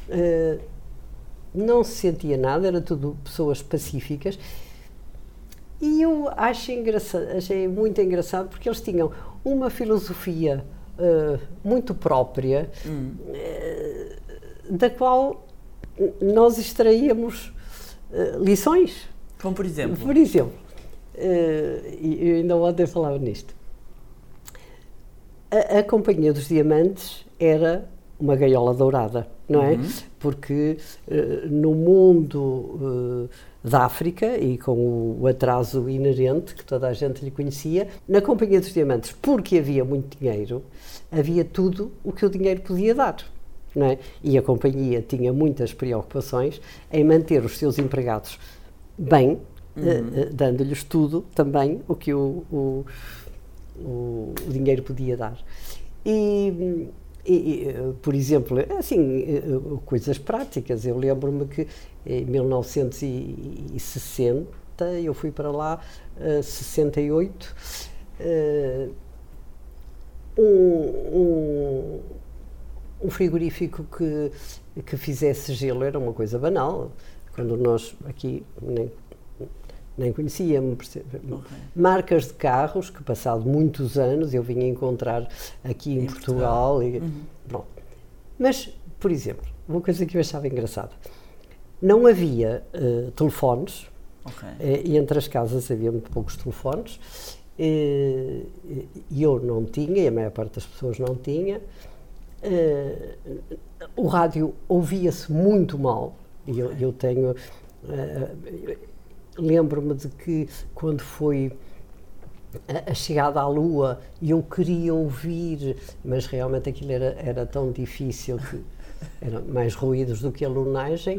Não se sentia nada, era tudo pessoas pacíficas. E eu achei muito engraçado porque eles tinham uma filosofia muito própria, da qual nós extraíamos lições. Como por exemplo? Por exemplo, eu ainda ontem falava nisto. A Companhia dos Diamantes era uma gaiola dourada, não é? Porque no mundo da África, e com o atraso inerente que toda a gente lhe conhecia, na Companhia dos Diamantes, porque havia muito dinheiro, havia tudo o que o dinheiro podia dar, não é? E a companhia tinha muitas preocupações em manter os seus empregados bem, dando-lhes tudo também o que o dinheiro podia dar. E, por exemplo, assim, coisas práticas. Eu lembro-me que em 1960, eu fui para lá, 68, um frigorífico que fizesse gelo era uma coisa banal, quando nós aqui nem conhecíamos. Marcas de carros que, passado muitos anos, eu vinha encontrar aqui em Portugal. Pronto. Mas, por exemplo, uma coisa que eu achava engraçada, não havia telefones, e entre as casas havia muito poucos telefones, e eu não tinha, e a maior parte das pessoas não tinha. O rádio ouvia-se muito mal, e eu tenho... lembro-me de que quando foi a chegada à Lua e eu queria ouvir, mas realmente aquilo era tão difícil que eram mais ruídos do que a lunagem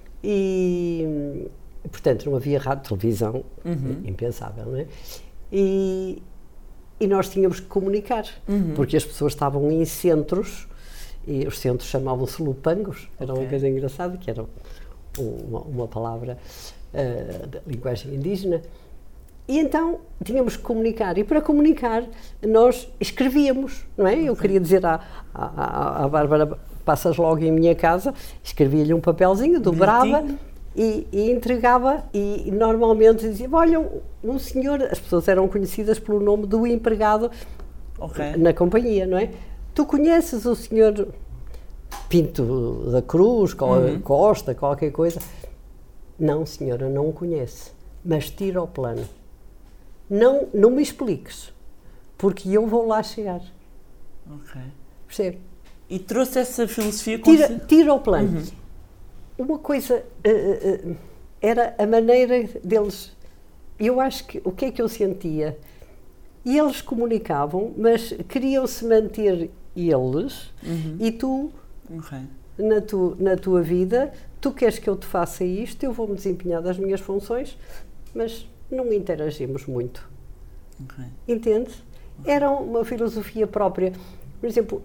e portanto não havia rádio, televisão, impensável, não é? E nós tínhamos que comunicar, porque as pessoas estavam em centros, e os centros chamavam-se lupangos, era uma coisa engraçada, que era uma palavra da linguagem indígena, e então tínhamos que comunicar, e para comunicar nós escrevíamos, não é? Eu queria dizer à Bárbara, passas logo em minha casa, escrevia-lhe um papelzinho, dobrava e entregava, e normalmente dizia, olha, um senhor, as pessoas eram conhecidas pelo nome do empregado na companhia, não é? Tu conheces o senhor Pinto da Cruz, Costa, qualquer coisa? Não, senhora, não o conhece, mas tira o plano. Não me expliques, porque eu vou lá chegar. Percebe? E trouxe essa filosofia consigo? Tira o plano. Uma coisa, era a maneira deles. Eu acho que, o que é que eu sentia? E eles comunicavam, mas queriam-se manter eles, e tu, na tua vida, tu queres que eu te faça isto, eu vou-me desempenhar das minhas funções, mas não interagimos muito. Entende? Era uma filosofia própria. Por exemplo,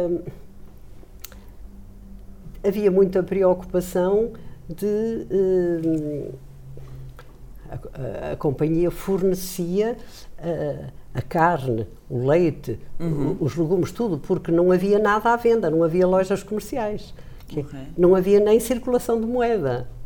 havia muita preocupação de... a companhia fornecia a carne, o leite, os legumes, tudo, porque não havia nada à venda, não havia lojas comerciais. Não havia nem circulação de moeda.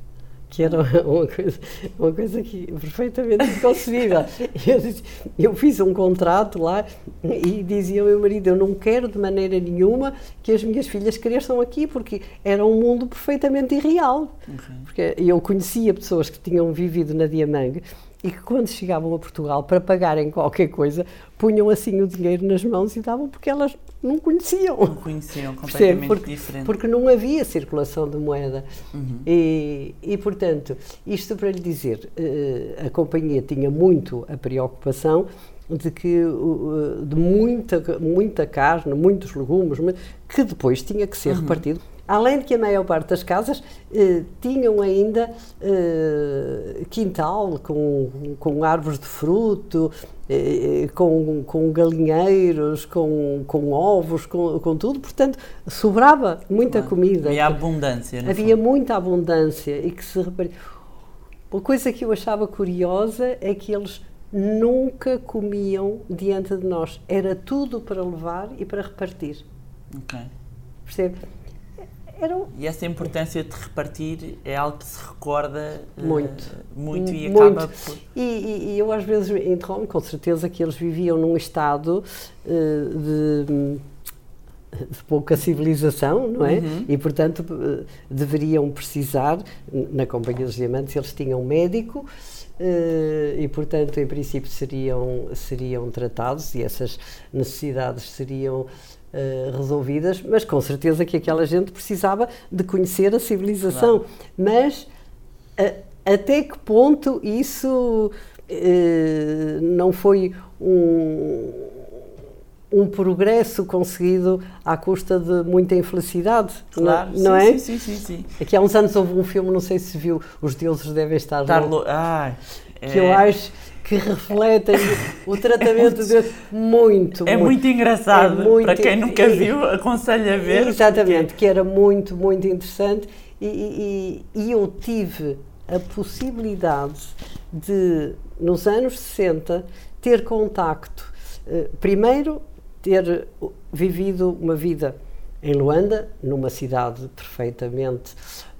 que era uma coisa que perfeitamente inconcebível. Eu fiz um contrato lá e dizia ao meu marido, eu não quero de maneira nenhuma que as minhas filhas cresçam aqui, porque era um mundo perfeitamente irreal. Porque eu conhecia pessoas que tinham vivido na Diamangue e que quando chegavam a Portugal para pagarem qualquer coisa, punham assim o dinheiro nas mãos e davam porque elas não conheciam. Não conheciam, completamente diferente. Porque não havia circulação de moeda. E, portanto, isto para lhe dizer, a companhia tinha muito a preocupação de muita carne, muitos legumes, que depois tinha que ser repartido. Além de que a maior parte das casas tinham ainda quintal com árvores de fruto, com galinheiros, com ovos, com tudo. Portanto, sobrava muita comida. Havia abundância. Havia muita abundância e que se repartia. Uma coisa que eu achava curiosa é que eles nunca comiam diante de nós. Era tudo para levar e para repartir. Ok. Percebe? E essa importância de repartir é algo que se recorda muito e muito. Acaba por... E eu às vezes interrompo, com certeza que eles viviam num estado de pouca civilização, não é? E, portanto, deveriam precisar, na Companhia dos Diamantes, eles tinham um médico e, portanto, em princípio seriam tratados e essas necessidades seriam resolvidas, mas com certeza que aquela gente precisava de conhecer a civilização. Claro. Mas até que ponto isso não foi um progresso conseguido à custa de muita infelicidade, claro, não é? Sim. Aqui há uns anos houve um filme, não sei se viu, Os Deuses Devem Estar que eu acho que refletem o tratamento muito engraçado, para quem nunca viu, aconselho a ver. Exatamente, que era muito interessante e eu tive a possibilidade de, nos anos 60, ter contacto, primeiro ter vivido uma vida em Luanda, numa cidade perfeitamente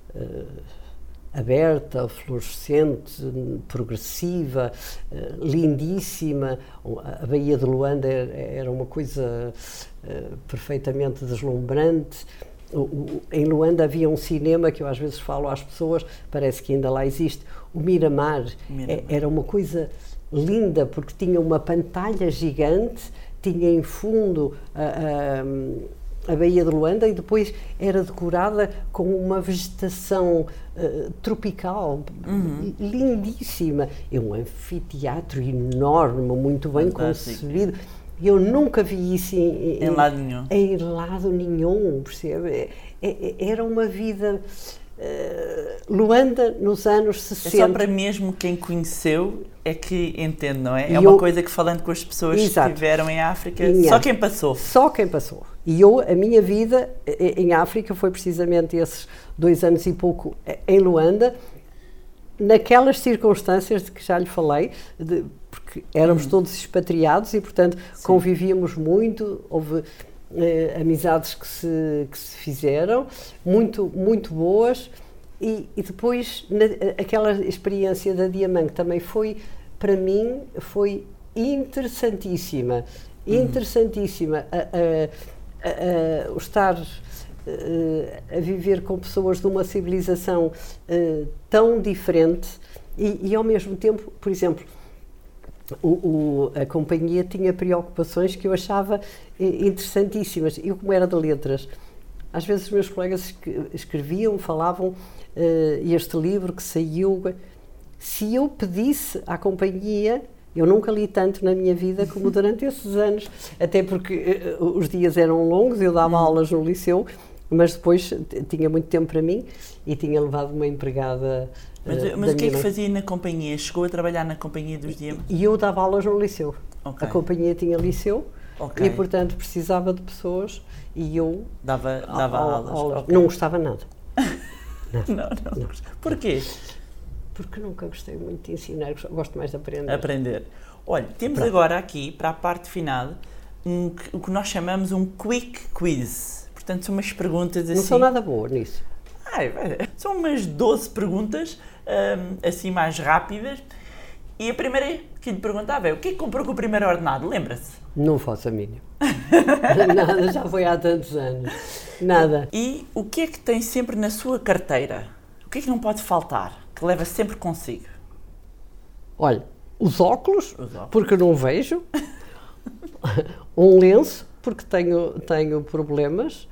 aberta, fluorescente, progressiva, lindíssima. A Baía de Luanda era uma coisa perfeitamente deslumbrante. Em Luanda havia um cinema que eu às vezes falo às pessoas, parece que ainda lá existe, o Miramar. Era uma coisa linda, porque tinha uma pantalha gigante, tinha em fundo a Baía de Luanda e depois era decorada com uma vegetação tropical, lindíssima. É um anfiteatro enorme, muito bem concebido. Eu nunca vi isso em lado nenhum. Em lado nenhum, percebe? Era uma vida... Luanda nos anos 60. É só para mesmo quem conheceu é que entende, não é? Uma coisa que, falando com as pessoas que estiveram em África, só quem passou. Só quem passou. E a minha vida em África foi precisamente esses 2 anos e pouco em Luanda, naquelas circunstâncias de que já lhe falei, porque éramos todos expatriados e, portanto, convivíamos muito, houve amizades que se fizeram, muito boas, e depois aquela experiência da Diamangue também foi, para mim, foi interessantíssima, o estar a viver com pessoas de uma civilização tão diferente e ao mesmo tempo, por exemplo, a companhia tinha preocupações que eu achava interessantíssimas. Eu, como era de letras, às vezes os meus colegas escreviam, falavam este livro que saiu. Se eu pedisse à companhia, eu nunca li tanto na minha vida como durante esses anos, até porque os dias eram longos, eu dava aulas no liceu, mas depois tinha muito tempo para mim e tinha levado uma empregada. Mas o que é que fazia na companhia? Chegou a trabalhar na Companhia dos Diamantes? E eu dava aulas no liceu. Okay. A companhia tinha liceu e, portanto, precisava de pessoas e eu dava aulas. Okay. Não gostava nada. Não. Porquê? Porque nunca gostei muito de ensinar, gosto mais de aprender. Olha, temos agora aqui, para a parte final, o que nós chamamos um quick quiz. Portanto, são umas perguntas assim... Não sou nada boa nisso. São umas 12 perguntas assim mais rápidas. E a primeira que lhe perguntava é: o que é que comprou com o primeiro ordenado? Lembra-se? Não faço a mínima. Nada, já foi há tantos anos. Nada. E o que é que tem sempre na sua carteira? O que é que não pode faltar? Que leva sempre consigo? Olha, os óculos, porque não vejo. Um lenço, porque tenho problemas.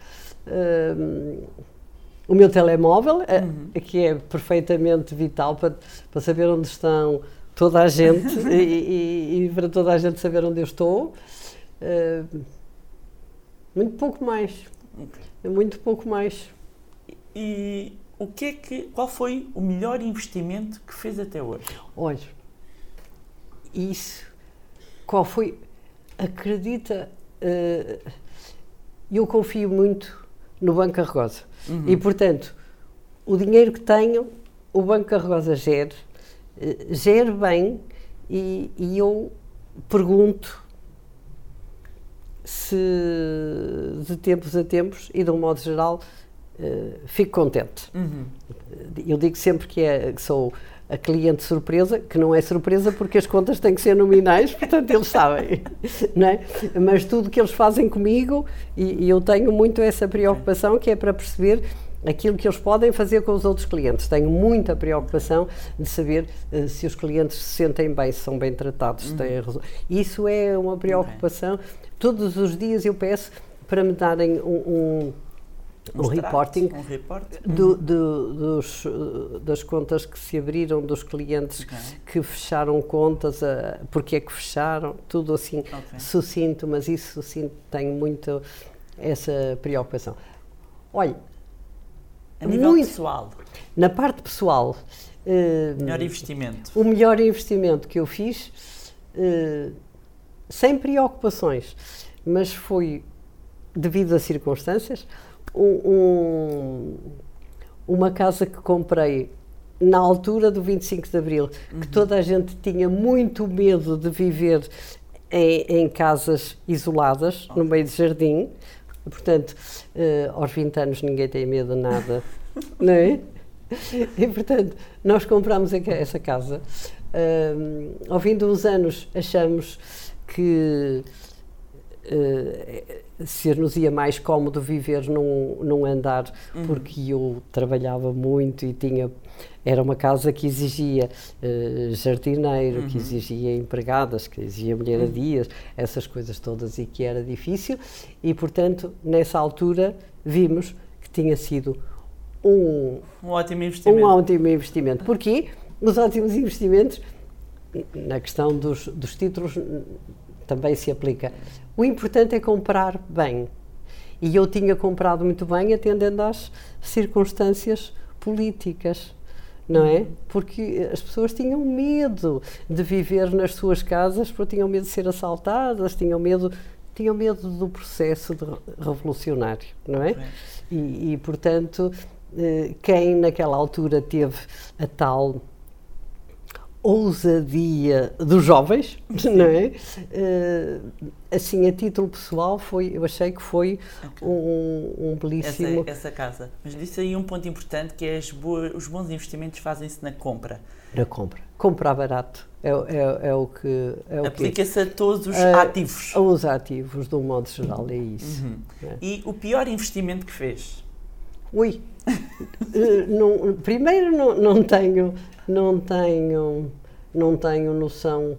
O meu telemóvel, que é perfeitamente vital para saber onde estão toda a gente e para toda a gente saber onde eu estou. Muito pouco mais. Muito pouco mais. E qual foi o melhor investimento que fez até hoje? Olha, qual foi? Acredita, eu confio muito no Banco Carregosa. E, portanto, o dinheiro que tenho, o Banco Carregosa gere bem e eu pergunto se de tempos a tempos e de um modo geral fico contente. Eu digo sempre que sou a cliente surpresa, que não é surpresa porque as contas têm que ser nominais, portanto eles sabem, não é? Mas tudo que eles fazem comigo, e eu tenho muito essa preocupação, que é para perceber aquilo que eles podem fazer com os outros clientes. Tenho muita preocupação de saber se os clientes se sentem bem, se são bem tratados, se têm isso é uma preocupação. Todos os dias eu peço para me darem um reporting das contas que se abriram, dos clientes que fecharam contas, porque é que fecharam, tudo assim sucinto, mas isso sucinto, tenho muito essa preocupação. Olha, a nível pessoal, na parte pessoal, melhor investimento. O melhor investimento que eu fiz, sem preocupações, mas foi devido a circunstâncias. Uma casa que comprei na altura do 25 de Abril, que toda a gente tinha muito medo de viver em casas isoladas, no meio de jardim. Portanto, aos 20 anos ninguém tem medo de nada, não é? E, portanto, nós comprámos essa casa. Ao fim de uns anos achamos que ser-nos ia mais cómodo viver num andar, porque eu trabalhava muito e era uma casa que exigia jardineiro, que exigia empregadas, que exigia mulher-a-dias, essas coisas todas, e que era difícil, e portanto nessa altura vimos que tinha sido um ótimo investimento. Porquê? Os ótimos investimentos, na questão dos títulos, também se aplica. O importante é comprar bem. E eu tinha comprado muito bem, atendendo às circunstâncias políticas, não é? Porque as pessoas tinham medo de viver nas suas casas, porque tinham medo de ser assaltadas, tinham medo do processo revolucionário, não é? E portanto, quem naquela altura teve a tal ousadia dos jovens, não é? Assim, a título pessoal, eu achei que foi um belíssimo... Essa casa. Mas disse aí um ponto importante, que é os bons investimentos fazem-se na compra. Na compra. Comprar barato é o que... Aplica-se a todos os ativos. Aos ativos, de um modo geral, é isso. É. E o pior investimento que fez? Primeiro não tenho noção.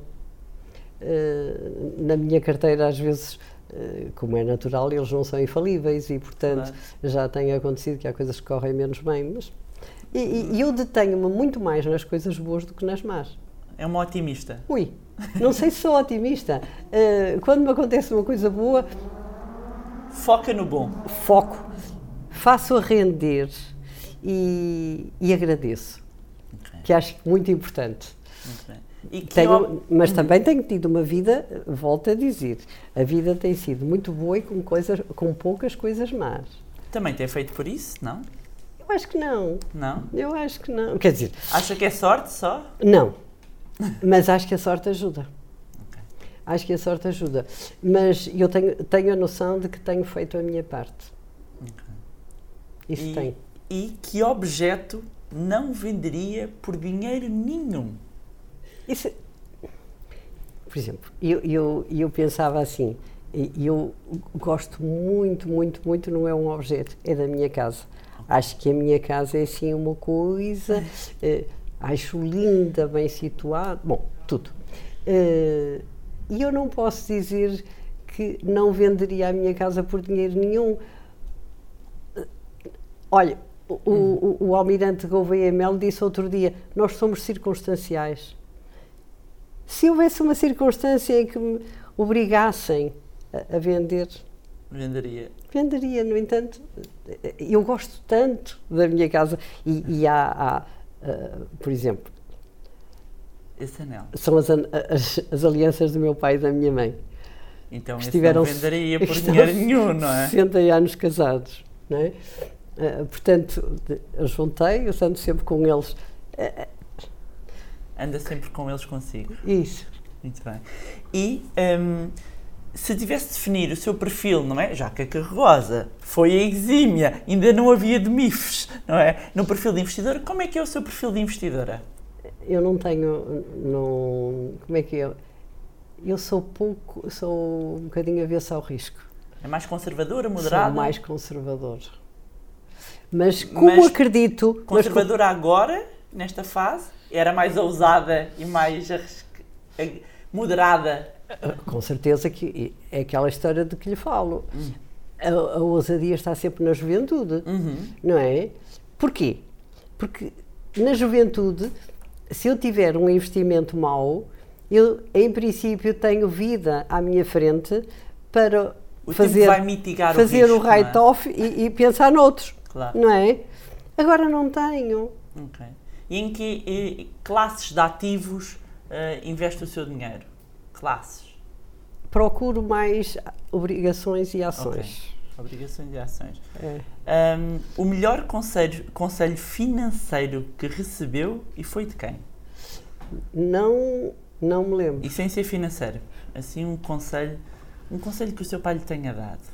Na minha carteira, às vezes, como é natural, eles não são infalíveis e, portanto, já tem acontecido que há coisas que correm menos bem, mas eu detenho-me muito mais nas coisas boas do que nas más. É uma otimista? Não sei se sou otimista. Quando me acontece uma coisa boa... Foca no bom. Foco. Faço a render e agradeço, que acho muito importante. Muito bem. Mas também tenho tido uma vida, volto a dizer, a vida tem sido muito boa e com poucas coisas más. Também tem feito por isso, não? Eu acho que não. Não? Eu acho que não. Quer dizer... Acha que é sorte só? Não, mas acho que a sorte ajuda. Acho que a sorte ajuda. Mas eu tenho a noção de que tenho feito a minha parte. Isso tem. E que objeto não venderia por dinheiro nenhum. Isso, por exemplo, eu pensava assim, eu gosto muito, muito, muito, não é um objeto, é da minha casa. Acho que a minha casa é assim uma coisa, acho linda, bem situada, bom, tudo. E eu não posso dizer que não venderia a minha casa por dinheiro nenhum. Olha, o almirante Gouveia Melo disse outro dia, nós somos circunstanciais. Se houvesse uma circunstância em que me obrigassem a vender, venderia. No entanto, eu gosto tanto da minha casa e há por exemplo, esse anel são as alianças do meu pai e da minha mãe. então que esse não venderia por dinheiro nenhum, não é? 60 anos casados, não é? Portanto, eu juntei, eu ando sempre com eles. Anda sempre com eles consigo. Isso. Muito bem. E se tivesse de definir o seu perfil, não é? Já que a Carregosa foi a exímia, ainda não havia de MIFs, não é? No perfil de investidora, como é que é o seu perfil de investidora? Eu não tenho, como é que é? Eu sou um bocadinho avessa ao risco. É mais conservadora, moderada? Sou mais conservador. Mas como acredito... Conservadora agora, nesta fase? Era mais ousada e mais moderada? Com certeza que é aquela história de que lhe falo. A ousadia está sempre na juventude, não é? Porquê? Porque na juventude, se eu tiver um investimento mau, eu, em princípio, tenho vida à minha frente para vai mitigar fazer o risco, o write-off e pensar noutros, claro. Não é? Agora não tenho. Okay. E em que classes de ativos investe o seu dinheiro? Classes? Procuro mais obrigações e ações. Okay. Obrigações e ações. É. O melhor conselho financeiro que recebeu e foi de quem? Não me lembro. E sem ser financeiro? Assim, um conselho que o seu pai lhe tenha dado?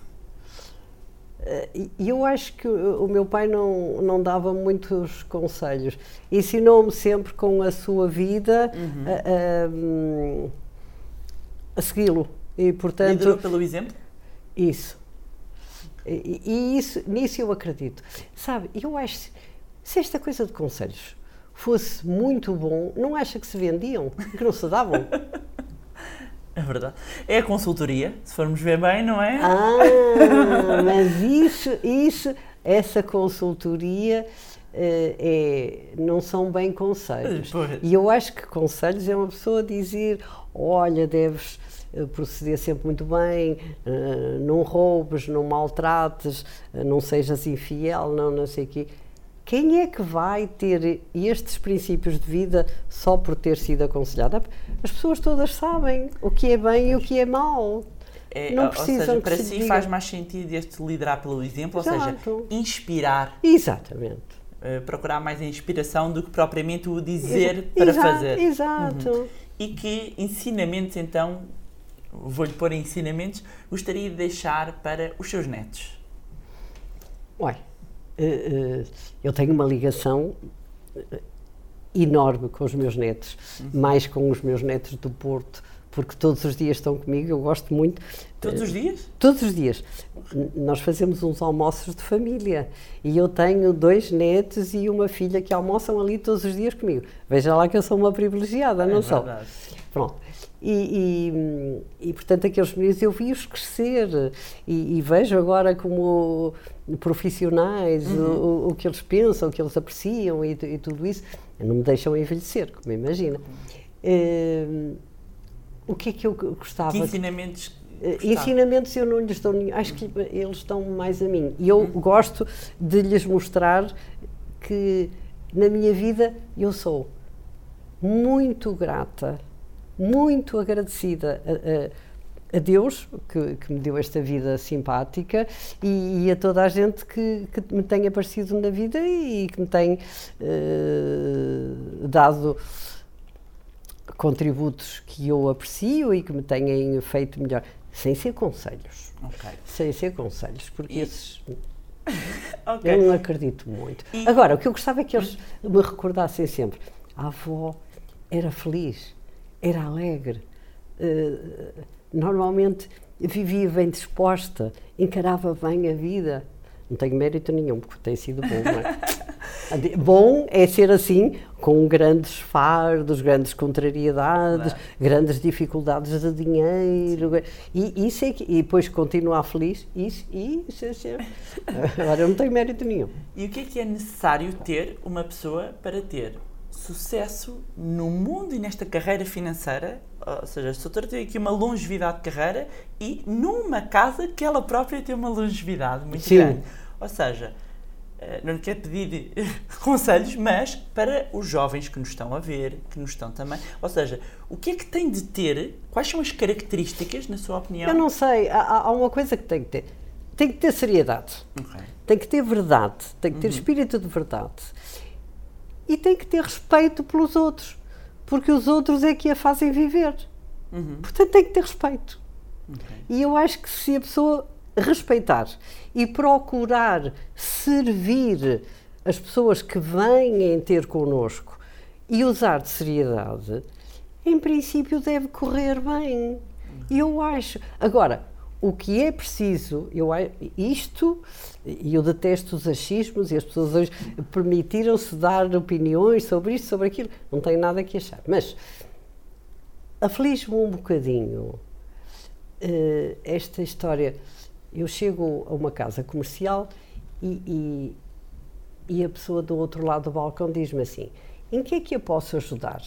Eu acho que o meu pai não dava muitos conselhos. Ensinou-me sempre com a sua vida a segui-lo. E, portanto, liderou pelo exemplo? Isso. E nisso eu acredito. Sabe, eu acho se esta coisa de conselhos fosse muito bom, não acha que se vendiam? Que não se davam? É verdade. É a consultoria, se formos ver bem, não é? Mas essa consultoria não são bem conselhos. E eu acho que conselhos é uma pessoa dizer, olha, deves proceder sempre muito bem, não roubes, não maltrates, não sejas infiel, não sei o quê. Quem é que vai ter estes princípios de vida só por ter sido aconselhada? As pessoas todas sabem o que é bem e o que é mau. Não precisam, ou seja, para si faz mais sentido este liderar pelo exemplo, Exato. ou seja, inspirar. Exatamente. Procurar mais a inspiração do que propriamente o dizer para fazer. Exato. E que ensinamentos, então, vou-lhe pôr ensinamentos, gostaria de deixar para os seus netos? Olha, eu tenho uma ligação enorme com os meus netos, mais com os meus netos do Porto, porque todos os dias estão comigo, eu gosto muito. Todos os dias? Todos os dias. Nós fazemos uns almoços de família e eu tenho 2 netos e uma filha que almoçam ali todos os dias comigo. Veja lá que eu sou uma privilegiada, não sou? Pronto. E portanto, aqueles meninos eu vi-os crescer e vejo agora como profissionais o que eles pensam, o que eles apreciam e tudo isso. Não me deixam envelhecer, como imagina. O que é que eu gostava? Que ensinamentos? Ensinamentos eu não lhes dou nenhum, acho que eles dão mais a mim. E eu gosto de lhes mostrar que na minha vida eu sou muito grata, muito agradecida a Deus, que me deu esta vida simpática, e a toda a gente que me tem aparecido na vida e que me tem dado contributos que eu aprecio e que me têm feito melhor, sem ser conselhos. Okay. Sem ser conselhos, porque esses... Ok. Eu não acredito muito. Agora, o que eu gostava é que eles me recordassem sempre. A avó era feliz, era alegre, normalmente vivia bem disposta, encarava bem a vida. Não tenho mérito nenhum, porque tem sido bom, não é? Bom é ser assim, com grandes fardos, grandes contrariedades, grandes dificuldades de dinheiro. E isso é que, e depois continuar feliz. Isso é. Agora eu não tenho mérito nenhum. E o que é necessário ter uma pessoa para ter sucesso no mundo e nesta carreira financeira? Ou seja, a doutora tem aqui uma longevidade de carreira e numa casa que ela própria tem uma longevidade muito grande. Ou seja, não lhe quero pedir conselhos, mas para os jovens que nos estão a ver, que nos estão também... Ou seja, o que é que tem de ter? Quais são as características, na sua opinião? Eu não sei, há uma coisa que tem que ter. Tem que ter seriedade. Okay. Tem que ter verdade. Tem que ter espírito de verdade. E tem que ter respeito pelos outros. Porque os outros é que a fazem viver. Portanto, tem que ter respeito. Okay. E eu acho que se a pessoa respeitar e procurar servir as pessoas que vêm ter connosco e usar de seriedade, em princípio deve correr bem. Eu acho. Agora, o que é preciso, e eu detesto os achismos e as pessoas hoje permitiram-se dar opiniões sobre isto, sobre aquilo, não tenho nada que achar, mas aflige-me um bocadinho esta história. Eu chego a uma casa comercial e a pessoa do outro lado do balcão diz-me assim: em que é que eu posso ajudar?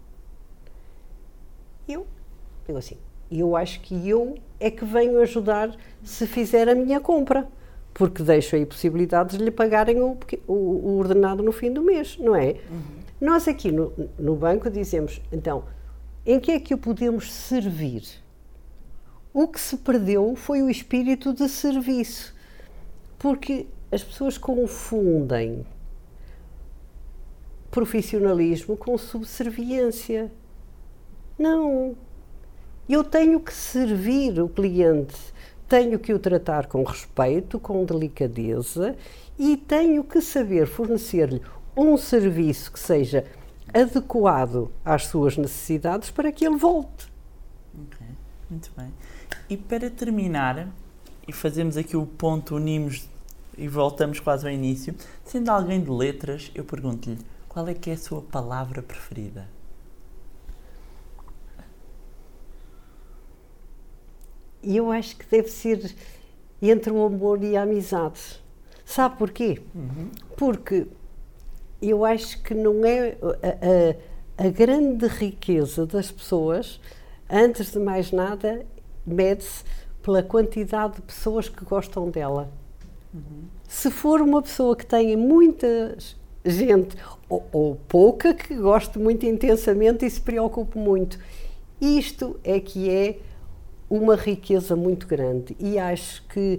Eu digo assim: eu acho que eu é que venho ajudar se fizer a minha compra, porque deixo aí possibilidades de lhe pagarem o ordenado no fim do mês, não é? Nós aqui no banco dizemos, então, em que é que o podemos servir? O que se perdeu foi o espírito de serviço, porque as pessoas confundem profissionalismo com subserviência. Não. Eu tenho que servir o cliente, tenho que o tratar com respeito, com delicadeza e tenho que saber fornecer-lhe um serviço que seja adequado às suas necessidades para que ele volte. Ok, muito bem. E para terminar, e fazemos aqui o ponto, unimos e voltamos quase ao início, sendo alguém de letras, eu pergunto-lhe, qual é que é a sua palavra preferida? E eu acho que deve ser entre o amor e a amizade. Sabe porquê? Porque eu acho que não é a grande riqueza das pessoas, antes de mais nada, mede-se pela quantidade de pessoas que gostam dela. Se for uma pessoa que tenha muita gente, ou pouca, que goste muito intensamente e se preocupe muito, isto é que é uma riqueza muito grande. E acho que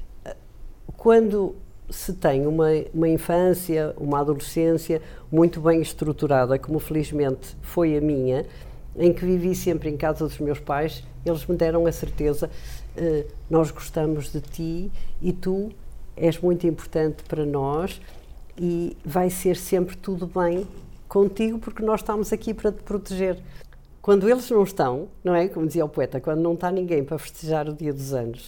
quando se tem uma infância, uma adolescência muito bem estruturada, como felizmente foi a minha, em que vivi sempre em casa dos meus pais, eles me deram a certeza, nós gostamos de ti e tu és muito importante para nós e vai ser sempre tudo bem contigo porque nós estamos aqui para te proteger. Quando eles não estão, não é? Como dizia o poeta, quando não está ninguém para festejar o Dia dos Anos,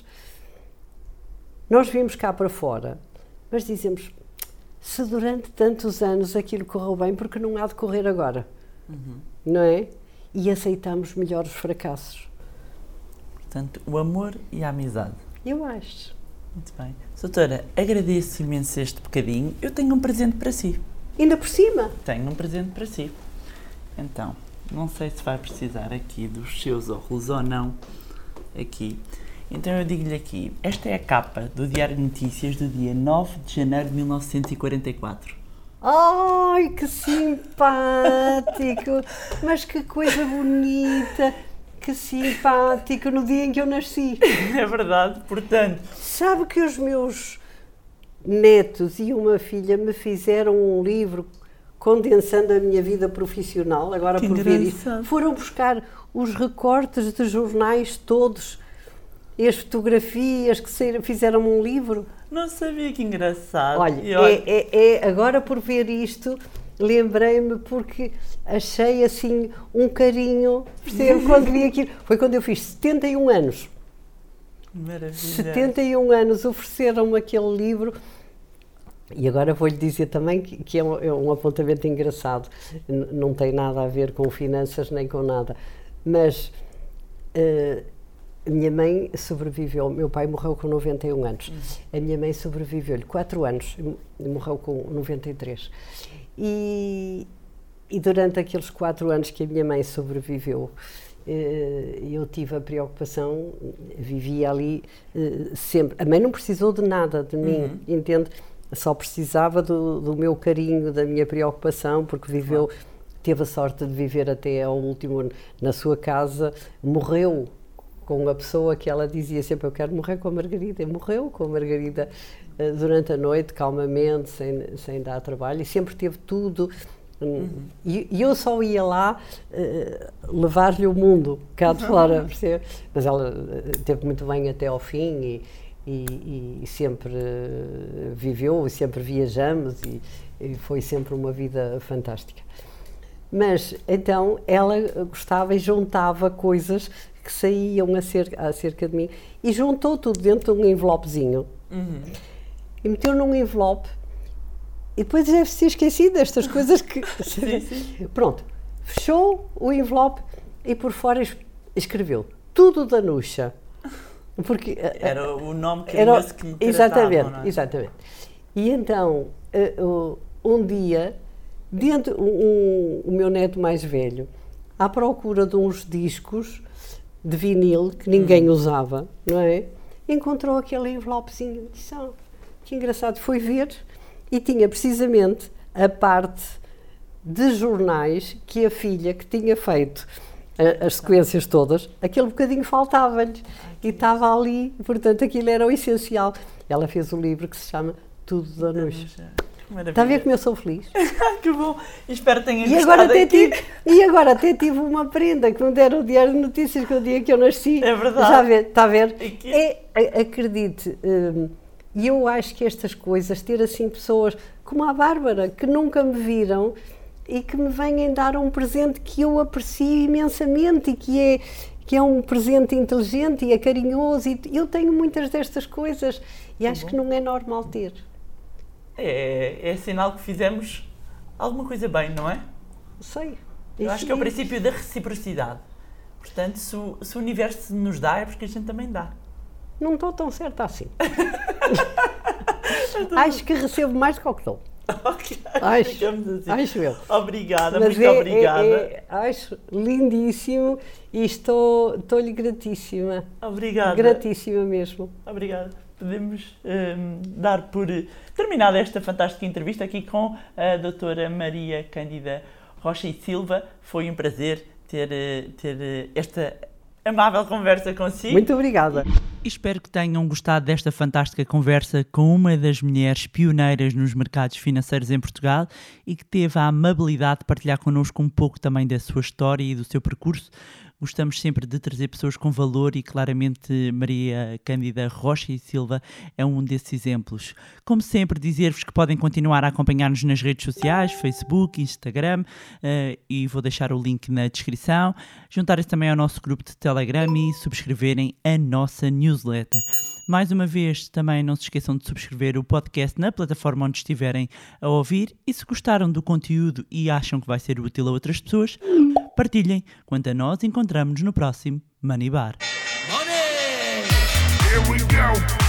nós vimos cá para fora, mas dizemos, se durante tantos anos aquilo correu bem, porque não há de correr agora? Não é? E aceitamos melhor os fracassos. Portanto, o amor e a amizade. Eu acho. Muito bem. Doutora, agradeço imenso este bocadinho. Eu tenho um presente para si. Ainda por cima? Tenho um presente para si. Então, não sei se vai precisar aqui dos seus óculos ou não. Aqui. Então eu digo-lhe aqui, esta é a capa do Diário de Notícias do dia 9 de janeiro de 1944. Ai, que simpático! Mas que coisa bonita! Que simpático, no dia em que eu nasci. É verdade, portanto... Sabe que os meus netos e uma filha me fizeram um livro condensando a minha vida profissional, agora que por ver engraçado. isso. Foram buscar os recortes de jornais todos e as fotografias que fizeram um livro. Não sabia, que engraçado. Olha, agora por ver isto, lembrei-me porque achei assim um carinho, percebe, quando vi aquilo. Foi quando eu fiz 71 anos. Maravilha. 71 anos ofereceram-me aquele livro. E agora vou-lhe dizer também que é um apontamento engraçado. Não tem nada a ver com finanças nem com nada. Mas a minha mãe sobreviveu. Meu pai morreu com 91 anos. A minha mãe sobreviveu-lhe 4 anos. Morreu com 93. E durante aqueles 4 anos que a minha mãe sobreviveu, eu tive a preocupação, vivia ali sempre. A mãe não precisou de nada de mim, entende? Só precisava do meu carinho, da minha preocupação, porque viveu, teve a sorte de viver até ao último na sua casa, morreu com a pessoa que ela dizia sempre: eu quero morrer com a Margarida. E morreu com a Margarida durante a noite, calmamente, sem dar trabalho, e sempre teve tudo. E eu só ia lá levar-lhe o mundo cá de fora, percebe? Mas ela teve muito bem até ao fim e sempre viveu, e sempre viajamos, e foi sempre uma vida fantástica. Mas então ela gostava e juntava coisas que saíam acerca de mim, e juntou tudo dentro de um envelopezinho e meteu num envelope. E depois deve-se ter esquecido destas coisas que... Sim. Pronto, fechou o envelope e por fora escreveu tudo da Nuxa. Porque era o nome que me tratavam, exatamente. E então, um dia, o meu neto mais velho, à procura de uns discos de vinil que ninguém usava, não é? Encontrou aquele envelopezinho. Disse: oh, que engraçado. Foi ver... E tinha precisamente a parte de jornais que a filha, que tinha feito as sequências todas, aquele bocadinho faltava-lhe. E estava ali, portanto, aquilo era o essencial. Ela fez um livro que se chama Tudo da Nuxa. Está a ver como eu sou feliz? Que bom! Espero que tenha gostado. E agora até tive uma prenda que me deram o Diário de Notícias, que é o dia que eu nasci. É verdade. Está a ver? Acredite... E eu acho que estas coisas, ter assim pessoas como a Bárbara, que nunca me viram e que me vêm dar um presente que eu aprecio imensamente, e que é um presente inteligente e é carinhoso, e eu tenho muitas destas coisas e acho que não é normal ter. É sinal que fizemos alguma coisa bem, não é? Sei. Eu acho que é o princípio da reciprocidade. Portanto, se o universo nos dá, é porque a gente também dá. Não estou tão certa assim. Acho que recebo mais do que o que dou. Ok, assim. Acho eu. Obrigada, muito obrigada. Acho lindíssimo e estou-lhe gratíssima. Obrigada. Gratíssima mesmo. Obrigada. Podemos dar por terminada esta fantástica entrevista aqui com a doutora Maria Cândida Rocha e Silva. Foi um prazer ter esta amável conversa consigo. Muito obrigada. Espero que tenham gostado desta fantástica conversa com uma das mulheres pioneiras nos mercados financeiros em Portugal e que teve a amabilidade de partilhar connosco um pouco também da sua história e do seu percurso. Gostamos sempre de trazer pessoas com valor e claramente Maria Cândida Rocha e Silva é um desses exemplos. Como sempre, dizer-vos que podem continuar a acompanhar-nos nas redes sociais, Facebook, Instagram, e vou deixar o link na descrição. Juntarem-se também ao nosso grupo de Telegram e subscreverem a nossa newsletter. Mais uma vez, também não se esqueçam de subscrever o podcast na plataforma onde estiverem a ouvir, e se gostaram do conteúdo e acham que vai ser útil a outras pessoas, partilhem. Quanto a nós, encontramos-nos no próximo Money Bar. Money! Here we go!